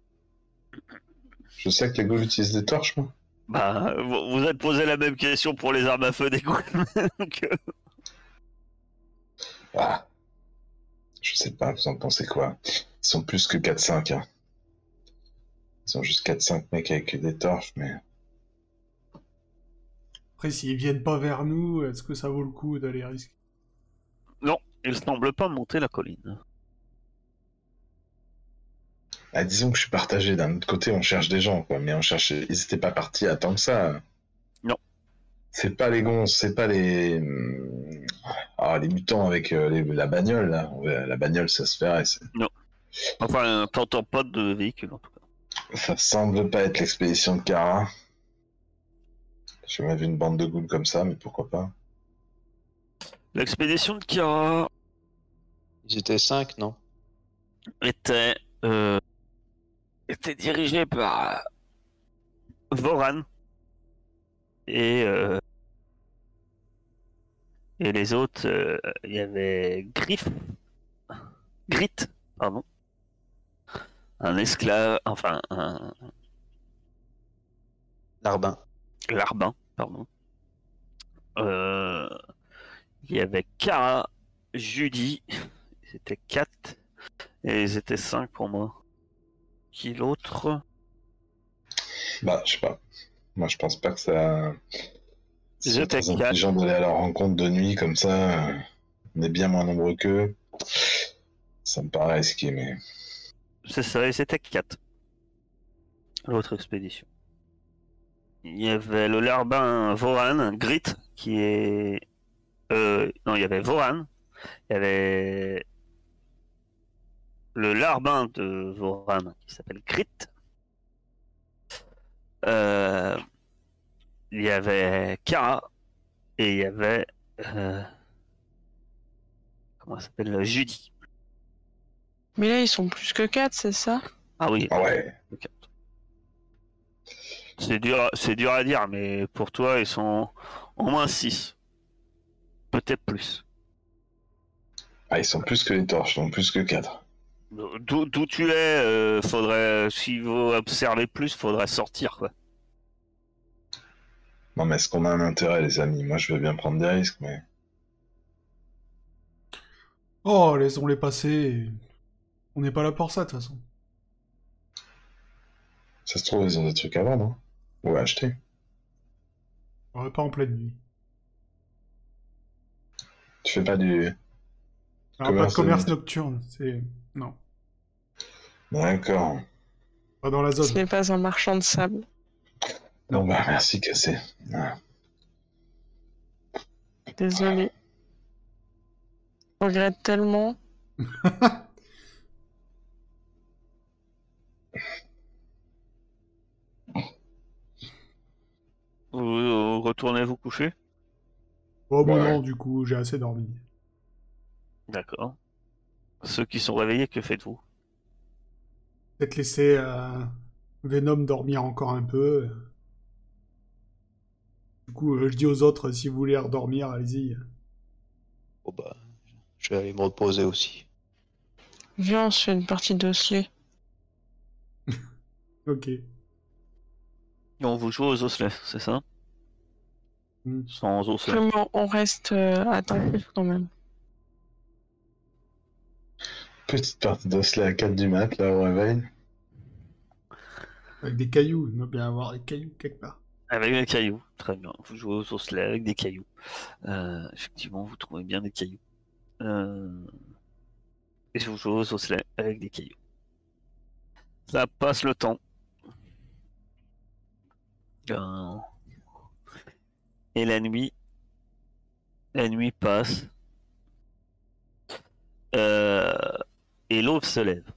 Je sais que les ghouls utilisent des torches, moi. Bah, vous avez posé la même question pour les armes à feu des ghouls. Donc, Ah. Je sais pas, vous en pensez quoi? Ils sont plus que 4-5, hein. Ils sont juste 4-5 mecs avec des torches, mais... Après, s'ils viennent pas vers nous, est-ce que ça vaut le coup d'aller risquer? Non, ils semblent pas monter la colline. Ah, disons que je suis partagé. D'un autre côté, on cherche des gens, quoi. Mais ils étaient pas partis à tant que ça. Non. C'est pas les gonzes, c'est pas les... les mutants avec la bagnole, là. Ouais, la bagnole, ça se ferait. Non. Enfin, t'entends pas de véhicule, en tout cas. Ça semble pas être l'expédition de Kara. J'ai jamais vu une bande de ghouls comme ça, mais pourquoi pas. L'expédition de Kara Ils étaient 5, non? était dirigée par Voran et les autres, il y avait Grit, pardon, un esclave, enfin un Larbin. larbin, pardon. Il y avait Kara, Judy, c'était 4 et ils étaient 5 pour moi. Qui l'autre? Bah, je sais pas. Moi, je pense pas que ça... C'est très 4. intelligent d'aller à leur rencontre de nuit, comme ça. On est bien moins nombreux qu'eux. Ça me paraît risqué, mais... C'est ça, ils étaient 4. L'autre expédition. Il y avait le larbin Voran, Grit, qui est... non, il y avait Voran. Il y avait le larbin de Voran, qui s'appelle Grit. Il y avait Kara. Et il y avait... comment ça s'appelle? Judy. Mais là, ils sont plus que 4, c'est ça? Ah oui. Ah ouais. C'est dur à dire, mais pour toi, ils sont au moins 6. Peut-être plus. Ah, ils sont plus que les torches, donc plus que 4. D'où tu es, faudrait, s'il faut observer plus, faudrait sortir, quoi. Non, mais est-ce qu'on a un intérêt, les amis? Moi, je veux bien prendre des risques, mais... Oh, laissons-les passer. On n'est pas là pour ça, de toute façon. Ça se trouve, ils ont des trucs à vendre, hein? Ou à acheter. Ouais, pas en pleine nuit. Tu fais pas du... Alors, pas de commerce nocturne, c'est... Non. D'accord. Pas dans la Ce zone. n'est pas un marchand de sable. Non, bah, merci, Cassé. Ah. Désolé. Je regrette tellement. Vous retournez vous coucher? Oh, bon, Ouais. non, du coup, j'ai assez dormi. D'accord. Ceux qui sont réveillés, que faites-vous? Peut-être laisser Venom dormir encore un peu. Du coup, je dis aux autres, si vous voulez redormir, allez-y. Oh bah, Je vais aller me reposer aussi. Viens, on se fait une partie d'osselet. Ok. On vous joue aux osselets, c'est ça? Sans osselets. Vraiment, on reste attentif quand même. Petite partie d'osselet à 4 du mat, là, au réveil. Avec des cailloux, il doit bien avoir des cailloux quelque part. Avec des cailloux, très bien. Vous jouez aux osselets avec des cailloux. Effectivement, vous trouvez bien des cailloux. Et vous jouez aux osselets avec des cailloux. Ça passe le temps. Et la nuit passe. Et l'aube se lève.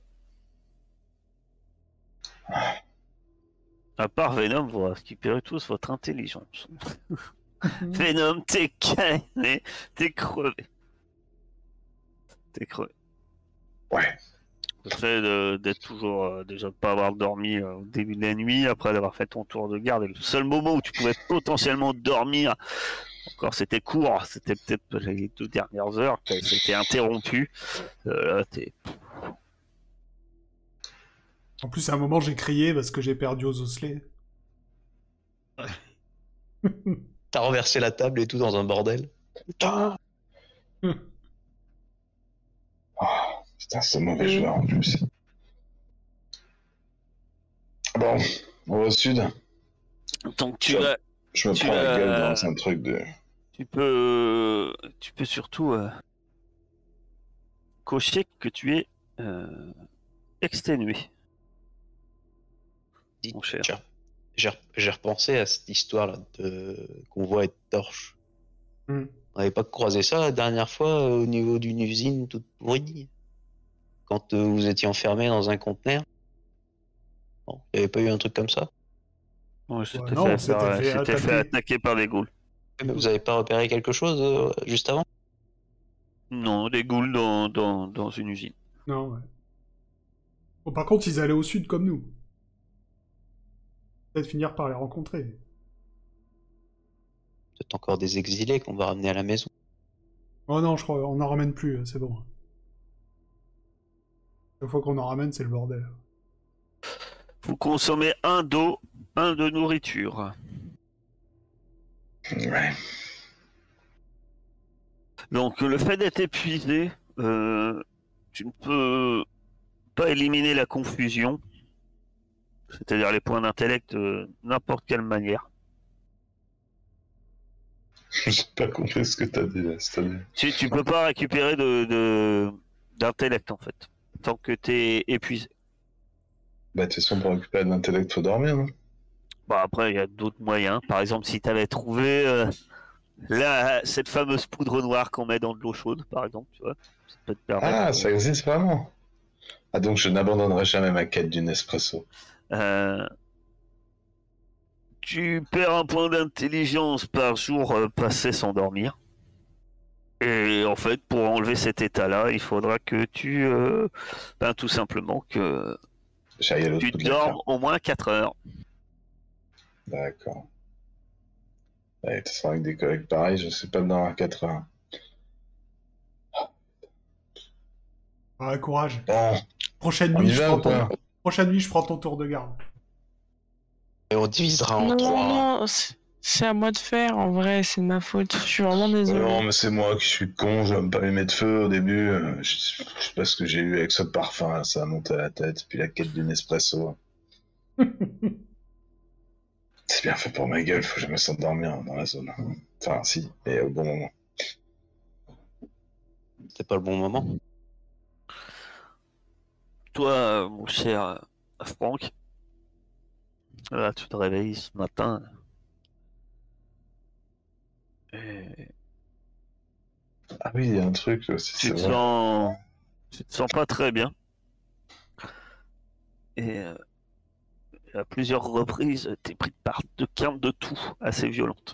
À part Venom, vous récupérez tous votre intelligence. Venom, t'es calé, t'es crevé. Ouais. Le fait d'être toujours, déjà de pas avoir dormi au début de la nuit, après d'avoir fait ton tour de garde, et le seul moment où tu pouvais potentiellement dormir, encore c'était court, c'était peut-être les 2 dernières heures, c'était interrompu. Là, t'es... En plus, à un moment, j'ai crié parce que j'ai perdu aux osselets. T'as renversé la table et tout dans un bordel. Putain. Oh, putain, c'est mauvais joueur en plus. Bon, on va au sud. Donc je me prends la gueule dans un truc de... Tu peux surtout cocher que tu es exténué. Mon cher. J'ai repensé à cette histoire-là de convoi et de torches. On n'avait pas croisé ça la dernière fois au niveau d'une usine toute pourrie, quand vous étiez enfermé dans un conteneur. Bon, il n'y avait pas eu un truc comme ça? Ouais, j'étais fait attaquer par des ghouls. Mais vous n'avez pas repéré quelque chose juste avant? Non, des ghouls dans une usine. Non, ouais. Bon, par contre, ils allaient au sud comme nous. Peut-être finir par les rencontrer. Peut-être encore des exilés qu'on va ramener à la maison. Oh non, je crois, on n'en ramène plus, c'est bon. Chaque fois qu'on en ramène, c'est le bordel. Vous consommez 1 d'eau, 1 de nourriture. Ouais. Donc le fait d'être épuisé, tu ne peux pas éliminer la confusion, c'est-à-dire les points d'intellect de n'importe quelle manière. J'ai pas compris ce que t'as dit là, c'est-à-dire... Tu peux pas récupérer d'intellect en fait, tant que t'es épuisé. Bah de toute façon pour récupérer de l'intellect faut dormir, non? Bah après il y a d'autres moyens, par exemple si t'avais trouvé cette fameuse poudre noire qu'on met dans de l'eau chaude par exemple, tu vois, ça peut te permettre... Ah, ça existe vraiment? Ah donc je n'abandonnerai jamais ma quête du Nespresso. Tu perds 1 point d'intelligence par jour passé sans dormir. Et en fait, pour enlever cet état-là, il faudra que tu... tout simplement que tu dormes au moins 4 heures. D'accord. Ouais, tu seras avec des collègues pareils, je sais pas dormir à 4 heures. Ah, courage. Bon. Prochaine nuit, je prends ton tour de garde. Et on divisera en 3. Non, c'est à moi de faire, en vrai, c'est de ma faute. Je suis vraiment désolé. Non, mais c'est moi qui suis con, je vais me pas allumer de feu au début. Je sais pas ce que j'ai eu avec ce parfum, là, ça a monté à la tête, puis la quête du Nespresso. C'est bien fait pour ma gueule, faut jamais s'endormir dans la zone. Enfin, si, mais au bon moment. C'était pas le bon moment. Toi, mon cher Franck, là, tu te réveilles ce matin. Et... Ah oui, il y a un truc aussi. Tu te sens pas très bien. Et à plusieurs reprises, t'es pris de quinte de toux assez violente.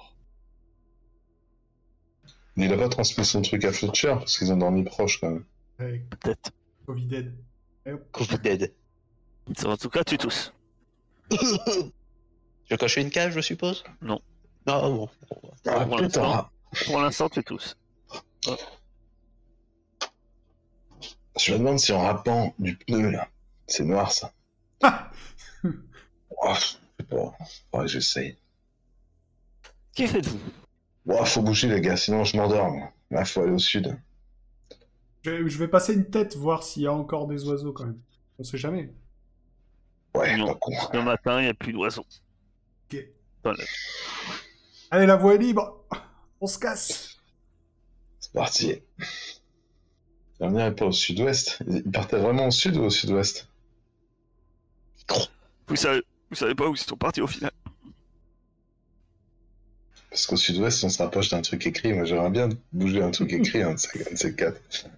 Il a pas transmis son truc à Fletcher, parce qu'ils ont dormi proche quand même. Ouais, peut-être. Covid-dead. Covid-dead. En tout cas, tu tousses. Tu veux cocher une cage, je suppose? Non. Ah bon. Pour l'instant, tu tousses. Je me demande si en râpant du pneu, là, c'est noir, ça. Oh, je sais pas. Faudrait que j'essaye. Que faites-vous? Bon, faut bouger, les gars, sinon je m'endors, moi. Là, faut aller au sud. Je vais passer une tête, voir s'il y a encore des oiseaux, quand même. On sait jamais. Ouais, Non. pas con. Ce matin, il n'y a plus d'oiseaux. Ok. Voilà. Allez, la voie est libre. On se casse. C'est parti. On n'irait pas au sud-ouest. Ils partaient vraiment au sud ou au sud-ouest? Vous savez pas où ils sont partis au final? Parce qu'au sud-ouest, on se rapproche d'un truc écrit. Moi, j'aimerais bien bouger un truc écrit, un de ces quatre.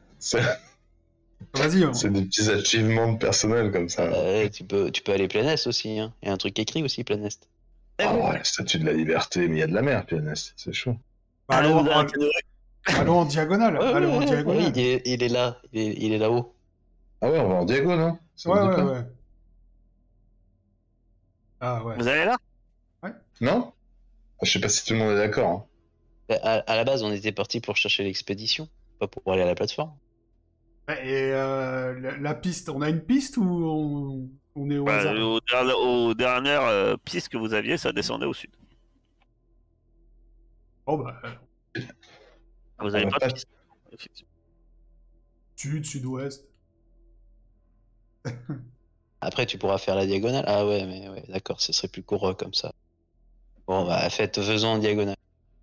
Vas-y. C'est des petits achievements personnels comme ça. Tu peux aller plein est aussi. Hein. Il y a un truc écrit aussi, plein est. Ah ouais, la statue de la liberté, mais il y a de la mer, Pianiste, c'est chaud. Allons en diagonale. Allons en diagonale. Oui, il est là. Il est là-haut. Ah ouais, on va en diago, non? Ça Ouais, vous dit pas ouais. Ah ouais. Vous allez là? Non? Je sais pas si tout le monde est d'accord. Hein. À la base, on était parti pour chercher l'expédition, pas pour aller à la plateforme. Et la piste, on a une piste ou on est au hasard? Aux dernières pistes que vous aviez, ça descendait au sud. Oh bah. Vous avez pas de piste, effectivement. Sud, sud-ouest. Après, tu pourras faire la diagonale. Ah ouais, mais ouais, d'accord, ce serait plus court comme ça. Bon, bah, faisons en diagonale.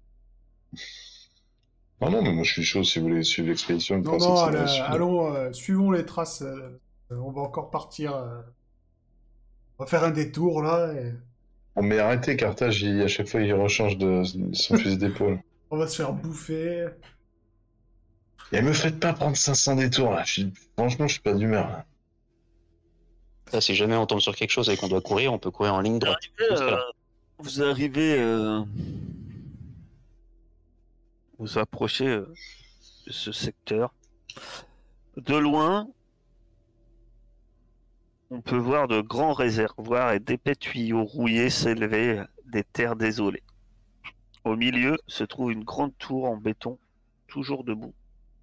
Non, mais moi je suis chaud si vous voulez suivre l'expédition. Non, allons, suivons les traces. On va encore partir. On va faire un détour là. Et... On m'est arrêté, Carthage, à chaque fois il rechange de son fusil d'épaule. On va se faire bouffer. Et me faites pas prendre 500 détours là. Franchement, je suis pas d'humeur là. Là, si jamais on tombe sur quelque chose et qu'on doit courir, on peut courir en ligne droite. Vous arrivez. Vous approchez de ce secteur. De loin, on peut voir de grands réservoirs et d'épais tuyaux rouillés s'élever des terres désolées. Au milieu se trouve une grande tour en béton, toujours debout,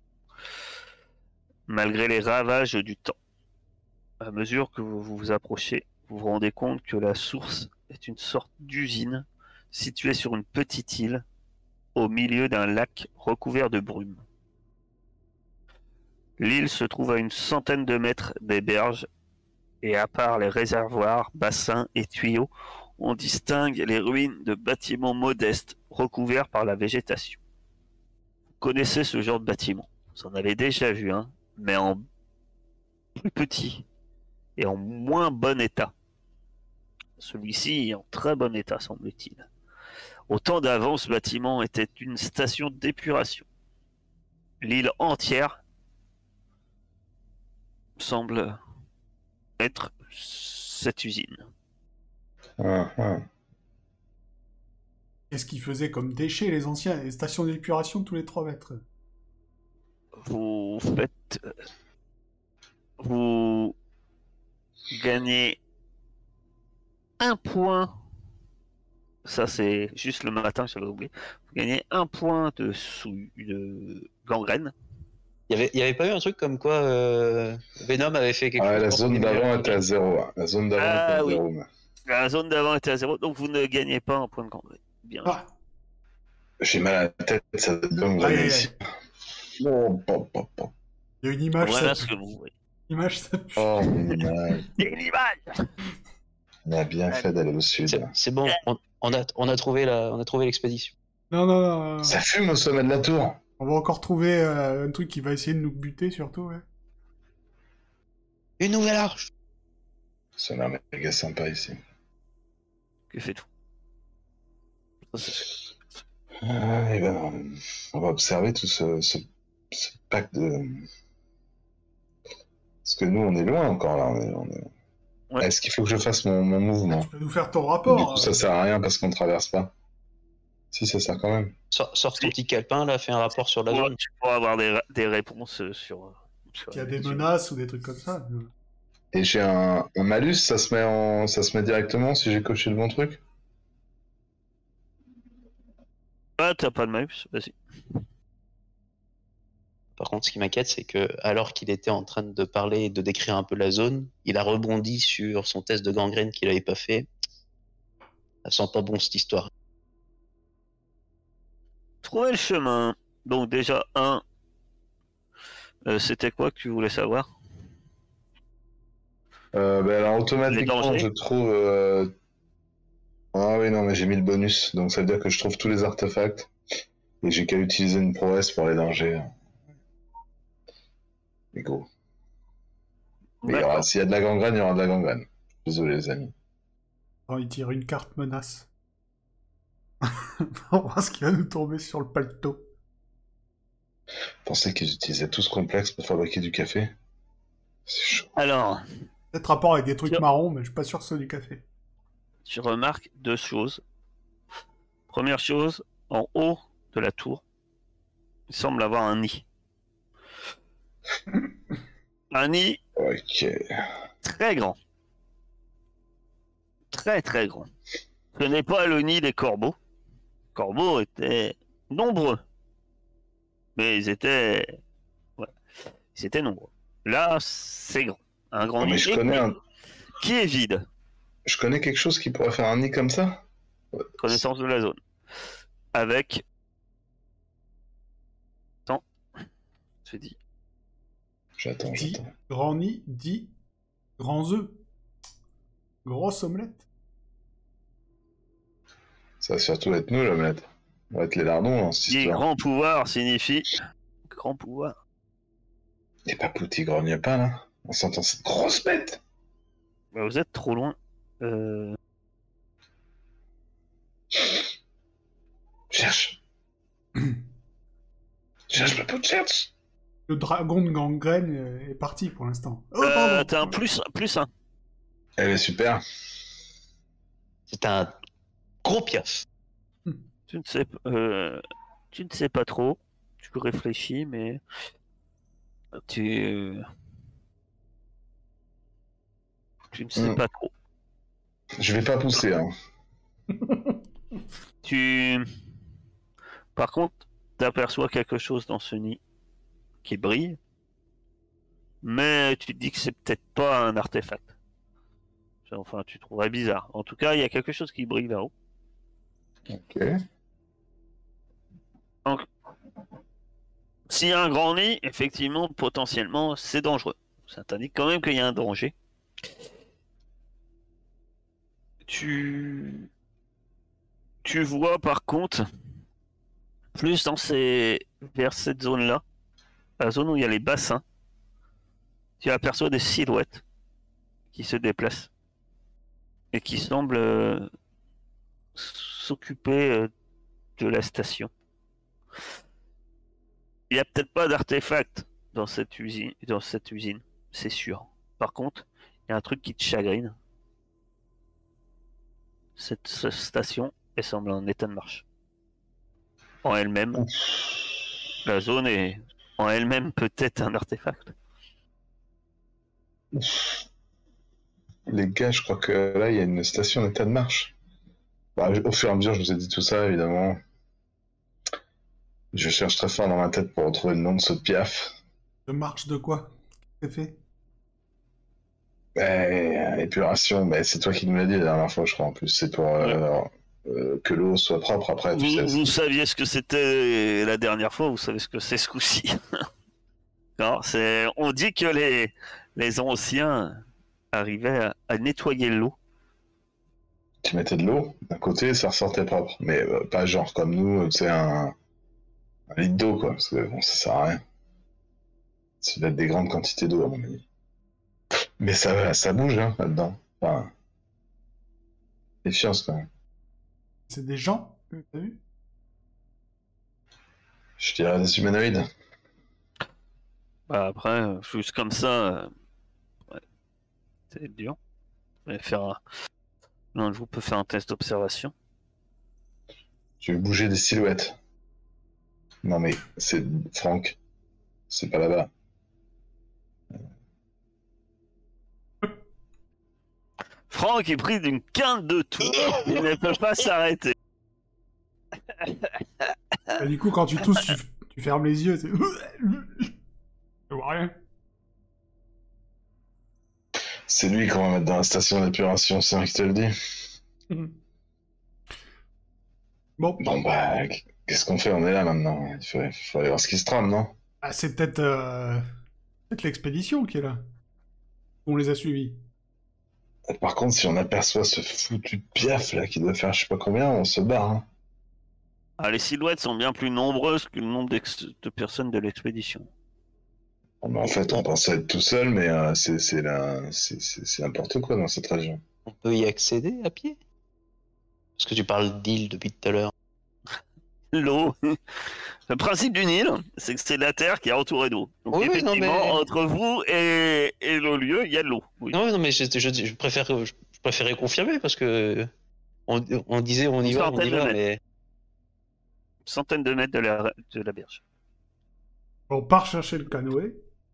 malgré les ravages du temps. À mesure que vous vous approchez, vous vous rendez compte que la source est une sorte d'usine située sur une petite île au milieu d'un lac recouvert de brume. L'île se trouve à une centaine de mètres des berges et à part les réservoirs, bassins et tuyaux, on distingue les ruines de bâtiments modestes recouverts par la végétation. Vous connaissez ce genre de bâtiment, vous en avez déjà vu un, mais en plus petit et en moins bon état. Celui-ci est en très bon état, semble-t-il. Au temps d'avant, ce bâtiment était une station d'épuration. L'île entière semble être cette usine. Qu'est-ce qu'ils faisaient comme déchets, les anciens? Les stations d'épuration tous les 3 mètres. Vous gagnez 1 point. Ça, c'est juste le matin, j'avais oublié. Vous gagnez 1 point de gangrène. Il y avait pas eu un truc comme quoi Venom avait fait quelque chose. La zone d'avant était à 0. La zone d'avant était à 0. La zone d'avant était à 0, donc vous ne gagnez pas 1 point de gangrène. Bien. J'ai mal à la tête, ça donne gangrène ici. Il y a une image. Voilà ce que vous voyez. Image, ça pue. Oh, une image. Il y a une image. On a bien fait d'aller au sud. C'est bon, on a trouvé l'expédition. Non. Ça fume au sommet de la tour. On va encore trouver un truc qui va essayer de nous buter, surtout, ouais. Une nouvelle arche. Ça a l'air méga sympa ici. Que faites-vous? On va observer tout ce pack de... Parce que nous, on est loin encore, là. Ouais. Est-ce qu'il faut que je fasse mon mouvement? Tu peux nous faire ton rapport. Du coup, ça sert à rien parce qu'on ne traverse pas. Si, ça sert quand même. Sors ton petit calepin, là, fais un rapport sur la zone. Tu pourras avoir des réponses sur il y a des menaces ou des trucs comme ça. Et j'ai un malus, ça se met directement si j'ai coché le bon truc? Ah, t'as pas de malus, vas-y. Par contre, ce qui m'inquiète, c'est que alors qu'il était en train de parler et de décrire un peu la zone, il a rebondi sur son test de gangrène qu'il avait pas fait. Ça sent pas bon cette histoire. Trouver le chemin. Donc déjà, c'était quoi que tu voulais savoir? Alors automatiquement, Les je trouve... Ah oui, non, mais j'ai mis le bonus, donc ça veut dire que je trouve tous les artefacts, et j'ai qu'à utiliser une prouesse pour les dangers. Mais go. Mais s'il y a de la gangrène, il y aura de la gangrène. Désolé les amis. Oh, il tire une carte menace. On va voir ce qui va nous tomber sur le paletot. Pensez qu'ils utilisaient tous complexe pour fabriquer du café? C'est chaud. Alors, Peut-être rapport avec des trucs marrons, mais je suis pas sûr que ce soit du café. tu remarques deux choses. Première chose, en haut de la tour, il semble avoir un nid. Un nid Ok. très grand. Très très grand. Ce n'est pas le nid des corbeaux. Les corbeaux étaient nombreux. Mais ils étaient nombreux. Là, c'est grand. Un grand nid qui est vide. Je connais quelque chose qui pourrait faire un nid comme ça? Connaissance de la zone. Avec... Attends. Je dis. J'attends. Grand nid, dit grands œufs. Grosse omelette. Ça va surtout être nous, l'omelette. On va être les lardons dans cette histoire. Grand pouvoir signifie... Grand pouvoir. Et Papouti grogne pas, là? On s'entend cette grosse bête! Bah, vous êtes trop loin. Cherche! Cherche, Papouti, cherche! Le dragon de gangrène est parti pour l'instant. Oh, t'as un plus 1. Elle est super. C'est un gros piaf. Tu ne sais pas trop. Tu réfléchis, mais tu ne sais pas trop. Je vais pas pousser, hein. Par contre, t'aperçois quelque chose dans ce nid qui brille, mais tu te dis que c'est peut-être pas un artefact. Enfin, tu trouverais bizarre. En tout cas, il y a quelque chose qui brille là-haut. Ok. Donc, s'il y a un grand nid, effectivement, potentiellement, c'est dangereux. Ça t'indique quand même qu'il y a un danger. Tu vois par contre, plus vers cette zone-là, la zone où il y a les bassins, tu aperçois des silhouettes qui se déplacent et qui semblent s'occuper de la station. Il n'y a peut-être pas d'artefact dans cette usine, c'est sûr. Par contre, il y a un truc qui te chagrine. Cette station, elle semble en état de marche. En elle-même, la zone est en elle-même peut-être un artefact. Les gars, je crois que là, il y a une station en état de marche. Bah, au fur et à mesure, je vous ai dit tout ça, évidemment. Je cherche très fort dans ma tête pour retrouver le nom de ce piaf. De marche de quoi? C'est fait? Épuration, c'est toi qui nous l'as dit la dernière fois, je crois, en plus. C'est pour que l'eau soit propre après. Vous saviez ce que c'était la dernière fois, vous savez ce que c'est ce coup-ci. Non, on dit que les anciens arrivaient à nettoyer l'eau. Tu mettais de l'eau d'un côté, ça ressortait propre. Mais pas genre comme nous, tu sais, un litre d'eau, quoi. Parce que bon, ça sert à rien. Ça doit être des grandes quantités d'eau, à mon avis. Mais ça bouge, hein, là-dedans. Enfin, défiance, quand même. C'est des gens, t'as vu? Je dirais des humanoïdes. Bah après, juste comme ça, ouais, c'est dur. Non, je vous peux faire un test d'observation. Tu veux bouger des silhouettes? Non mais, c'est Franck. C'est pas là-bas. Franck est pris d'une quinte de tout. Il ne peut pas s'arrêter. Du coup, quand tu tousses, tu fermes les yeux. rien. C'est lui qu'on va mettre dans la station d'épuration, c'est vrai que tu le dis. Bon. Bon bah, qu'est-ce qu'on fait? On est là maintenant. Il faut aller voir ce qui se trame, non? Ah, c'est peut-être l'expédition qui est là. On les a suivis. Par contre, si on aperçoit ce foutu piaf là qui doit faire je sais pas combien, on se barre. Hein. Ah, les silhouettes sont bien plus nombreuses que le nombre de personnes de l'expédition. En fait, on pensait être tout seul, mais c'est n'importe quoi dans cette région. On peut y accéder à pied? Parce que tu parles d'île depuis tout à l'heure. L'eau. Le principe d'une île, c'est que c'est la terre qui est entourée d'eau. Donc Oui, effectivement, non, mais... entre vous et le lieu, il y a de l'eau. Oui. Non, mais je préférais confirmer parce que on disait on y va, mais... Centaines de mètres de la berge. On part chercher le canoë.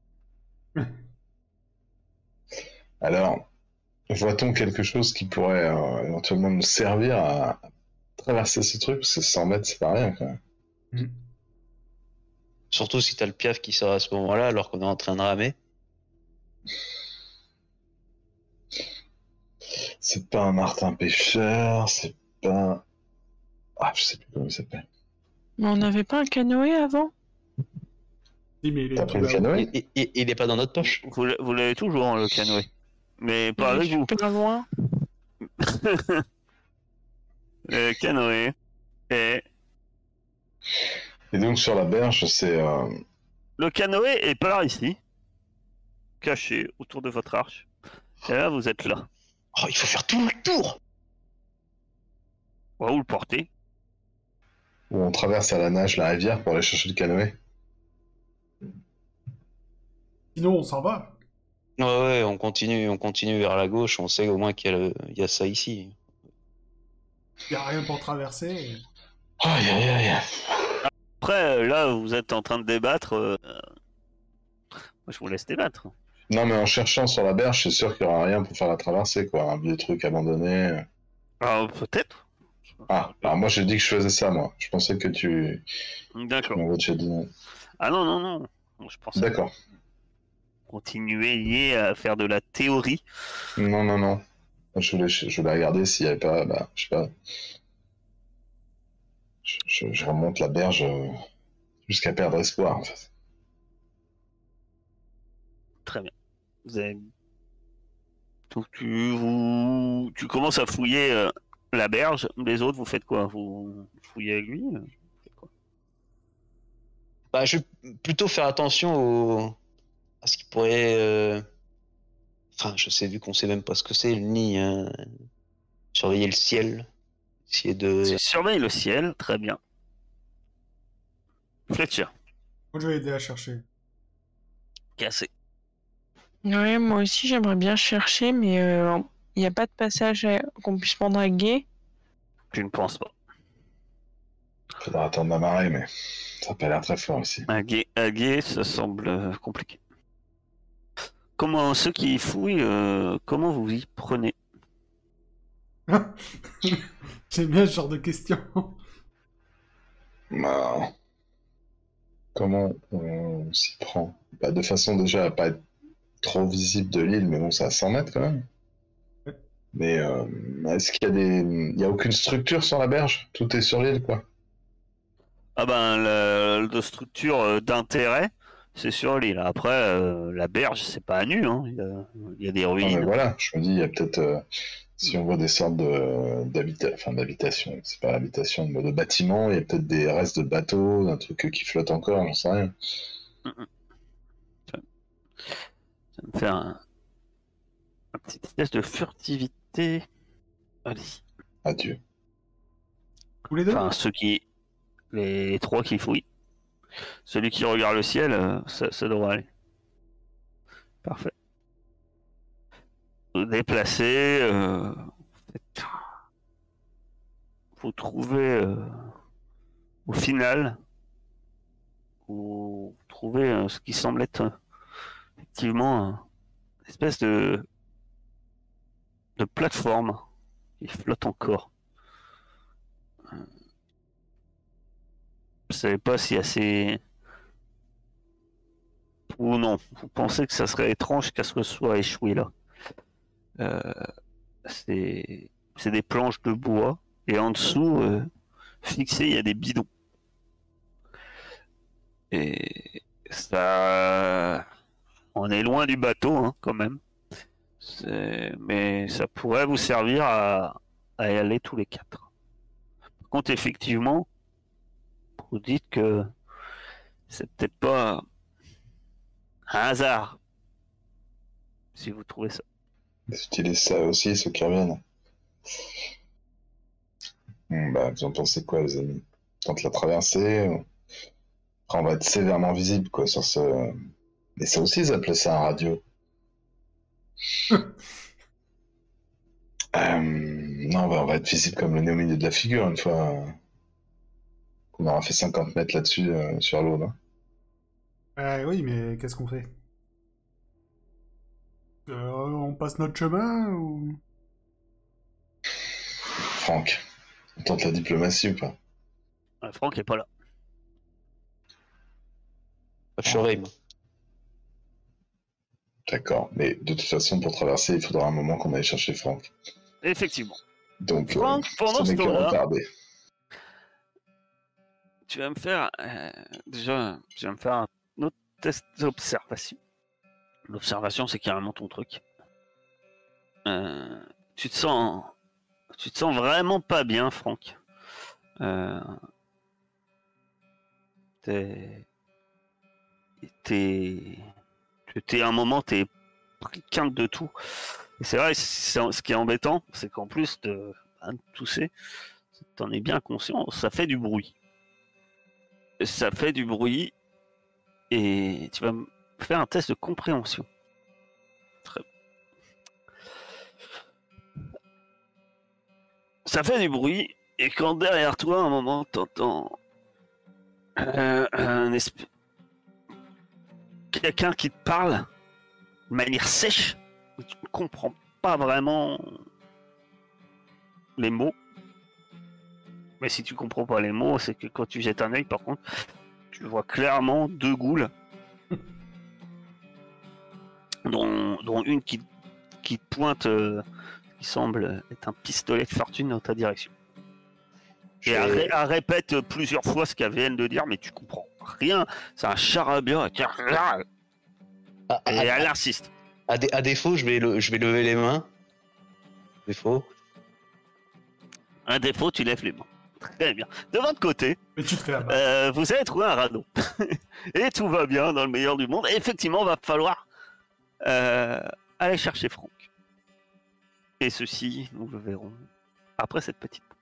Alors, voit-on quelque chose qui pourrait éventuellement nous servir à traverser ce truc? Parce que 100 mètres, c'est pas rien quand même. Surtout si t'as le piaf qui sort à ce moment-là alors qu'on est en train de ramer. C'est pas un martin pêcheur, c'est pas... Ah, je sais plus comment il s'appelle. Mais on n'avait pas un canoë avant? Si, mais T'as pris le canoë? Il est pas dans notre poche. Vous l'avez toujours, le canoë. Mais pas avec vous. Super loin. Le canoë est... Et donc sur la berge, c'est... Le canoë est par ici, caché autour de votre arche. Et là, vous êtes là. Oh, il faut faire tout le tour! Où vous le portez. où on traverse à la nage la rivière pour aller chercher le canoë. Sinon, on s'en va. Ouais, on continue vers la gauche, on sait au moins qu'il y a ça ici. Il n'y a rien pour traverser. Aïe aïe aïe. Après, là, vous êtes en train de débattre. Moi, je vous laisse débattre. Non, mais en cherchant sur la berge, c'est sûr qu'il n'y aura rien pour faire la traversée, quoi. Un vieux truc abandonné. Ah, peut-être. Ah, alors moi j'ai dit que je faisais ça, moi. Je pensais que tu... D'accord. Tu dit non. Ah non, non, non. Je pensais D'accord. continuer à faire de la théorie. Non, non, non. Je voulais regarder s'il n'y avait pas... Bah, je sais pas. Je remonte la berge jusqu'à perdre espoir, en fait. Très bien. Vous avez... Donc tu commences à fouiller la berge. Les autres, vous faites quoi? Vous fouillez avec lui? Vous faites quoi? Bah, je vais plutôt faire attention à ce qui pourrait... Enfin, je sais, vu qu'on sait même pas ce que c'est, le nid, hein. Surveiller le ciel. Essayer de... Surveille le ciel, très bien. Fletcher. Moi, je vais aider à chercher. Cassé. Ouais, moi aussi j'aimerais bien chercher, mais il n'y a pas de passage qu'on puisse prendre à gué. Je ne pense pas. Faudra attendre la marée, mais ça n'a pas l'air très fort ici. À gué, ça semble compliqué. Comment ceux qui fouillent, comment vous y prenez? J'aime bien ce genre de questions. Bah, comment on s'y prend? Bah, de façon déjà à pas être trop visible de l'île, mais bon, c'est à 100 mètres quand même. Mais est-ce qu'il y a Il y a aucune structure sur la berge? Tout est sur l'île, quoi. Ah ben, la structure d'intérêt, c'est sur l'île. Après, la berge, c'est pas à nu, hein. Il y a des Non, ruines. mais voilà, je me dis, il y a peut-être... si on voit des sortes d'habitation, c'est pas l'habitation, mais de bâtiments, il y a peut-être des restes de bateaux, d'un truc qui flotte encore, j'en sais rien. Ça me fait un petit test de furtivité. Allez. Adieu. Tous les deux. Enfin, les trois qui fouillent. Celui qui regarde le ciel, ça devrait aller. Parfait. Vous déplacez, vous trouvez au final, vous trouvez ce qui semble être effectivement une espèce de plateforme qui flotte encore. Vous savez pas si assez Ou non, vous pensez que ça serait étrange qu'elle se soit échouée là. C'est des planches de bois et en dessous, fixé, il y a des bidons. Et ça, on est loin du bateau hein, quand même. Mais ça pourrait vous servir à y aller tous les 4. Par contre, effectivement, vous dites que c'est peut-être pas un hasard si vous trouvez ça. Ils utilisent ça aussi, ceux qui reviennent. Vous en pensez quoi, les amis? Tente la traversée. Après, on va être sévèrement visible, quoi, sur ce. Mais ça aussi, ils appelaient ça un radio. Non, on va être visible comme le nez au milieu de la figure une fois qu'on aura fait 50 mètres là-dessus, sur l'eau, là. Oui, mais qu'est-ce qu'on fait? On passe notre chemin ou... Franck, on tente la diplomatie ou pas? Franck est pas là. Je serai, moi. D'accord, mais de toute façon, pour traverser, il faudra un moment qu'on aille chercher Franck. Effectivement. Donc, Franck, pendant ce temps-là, tu vas me faire déjà, je vais me faire un autre test d'observation. L'observation, c'est carrément ton truc. Tu te sens vraiment pas bien, Franck. Un moment, t'es pris quinte de tout. Et c'est vrai, ce qui est embêtant, c'est qu'en plus de tousser, t'en es bien conscient, ça fait du bruit. Ça fait du bruit et tu vas me faire un test de compréhension. Très bien. Ça fait du bruit et quand derrière toi, à un moment, t'entends quelqu'un qui te parle de manière sèche, mais tu ne comprends pas vraiment les mots. Mais si tu comprends pas les mots, c'est que quand tu jettes un œil, par contre, tu vois clairement 2 goules, dont une qui pointe, qui semble être un pistolet de fortune dans ta direction. Et elle répète plusieurs fois ce qu'elle vient de dire, mais tu comprends rien. C'est un charabia. Et elle insiste. À défaut, je vais lever les mains. Défaut. À défaut, tu lèves les mains. Très bien. De votre côté, mais tu te fais vous avez trouvé un radeau. Et tout va bien dans le meilleur du monde. Et effectivement, il va falloir aller chercher Franck. Et ceci, nous le verrons après cette petite pause.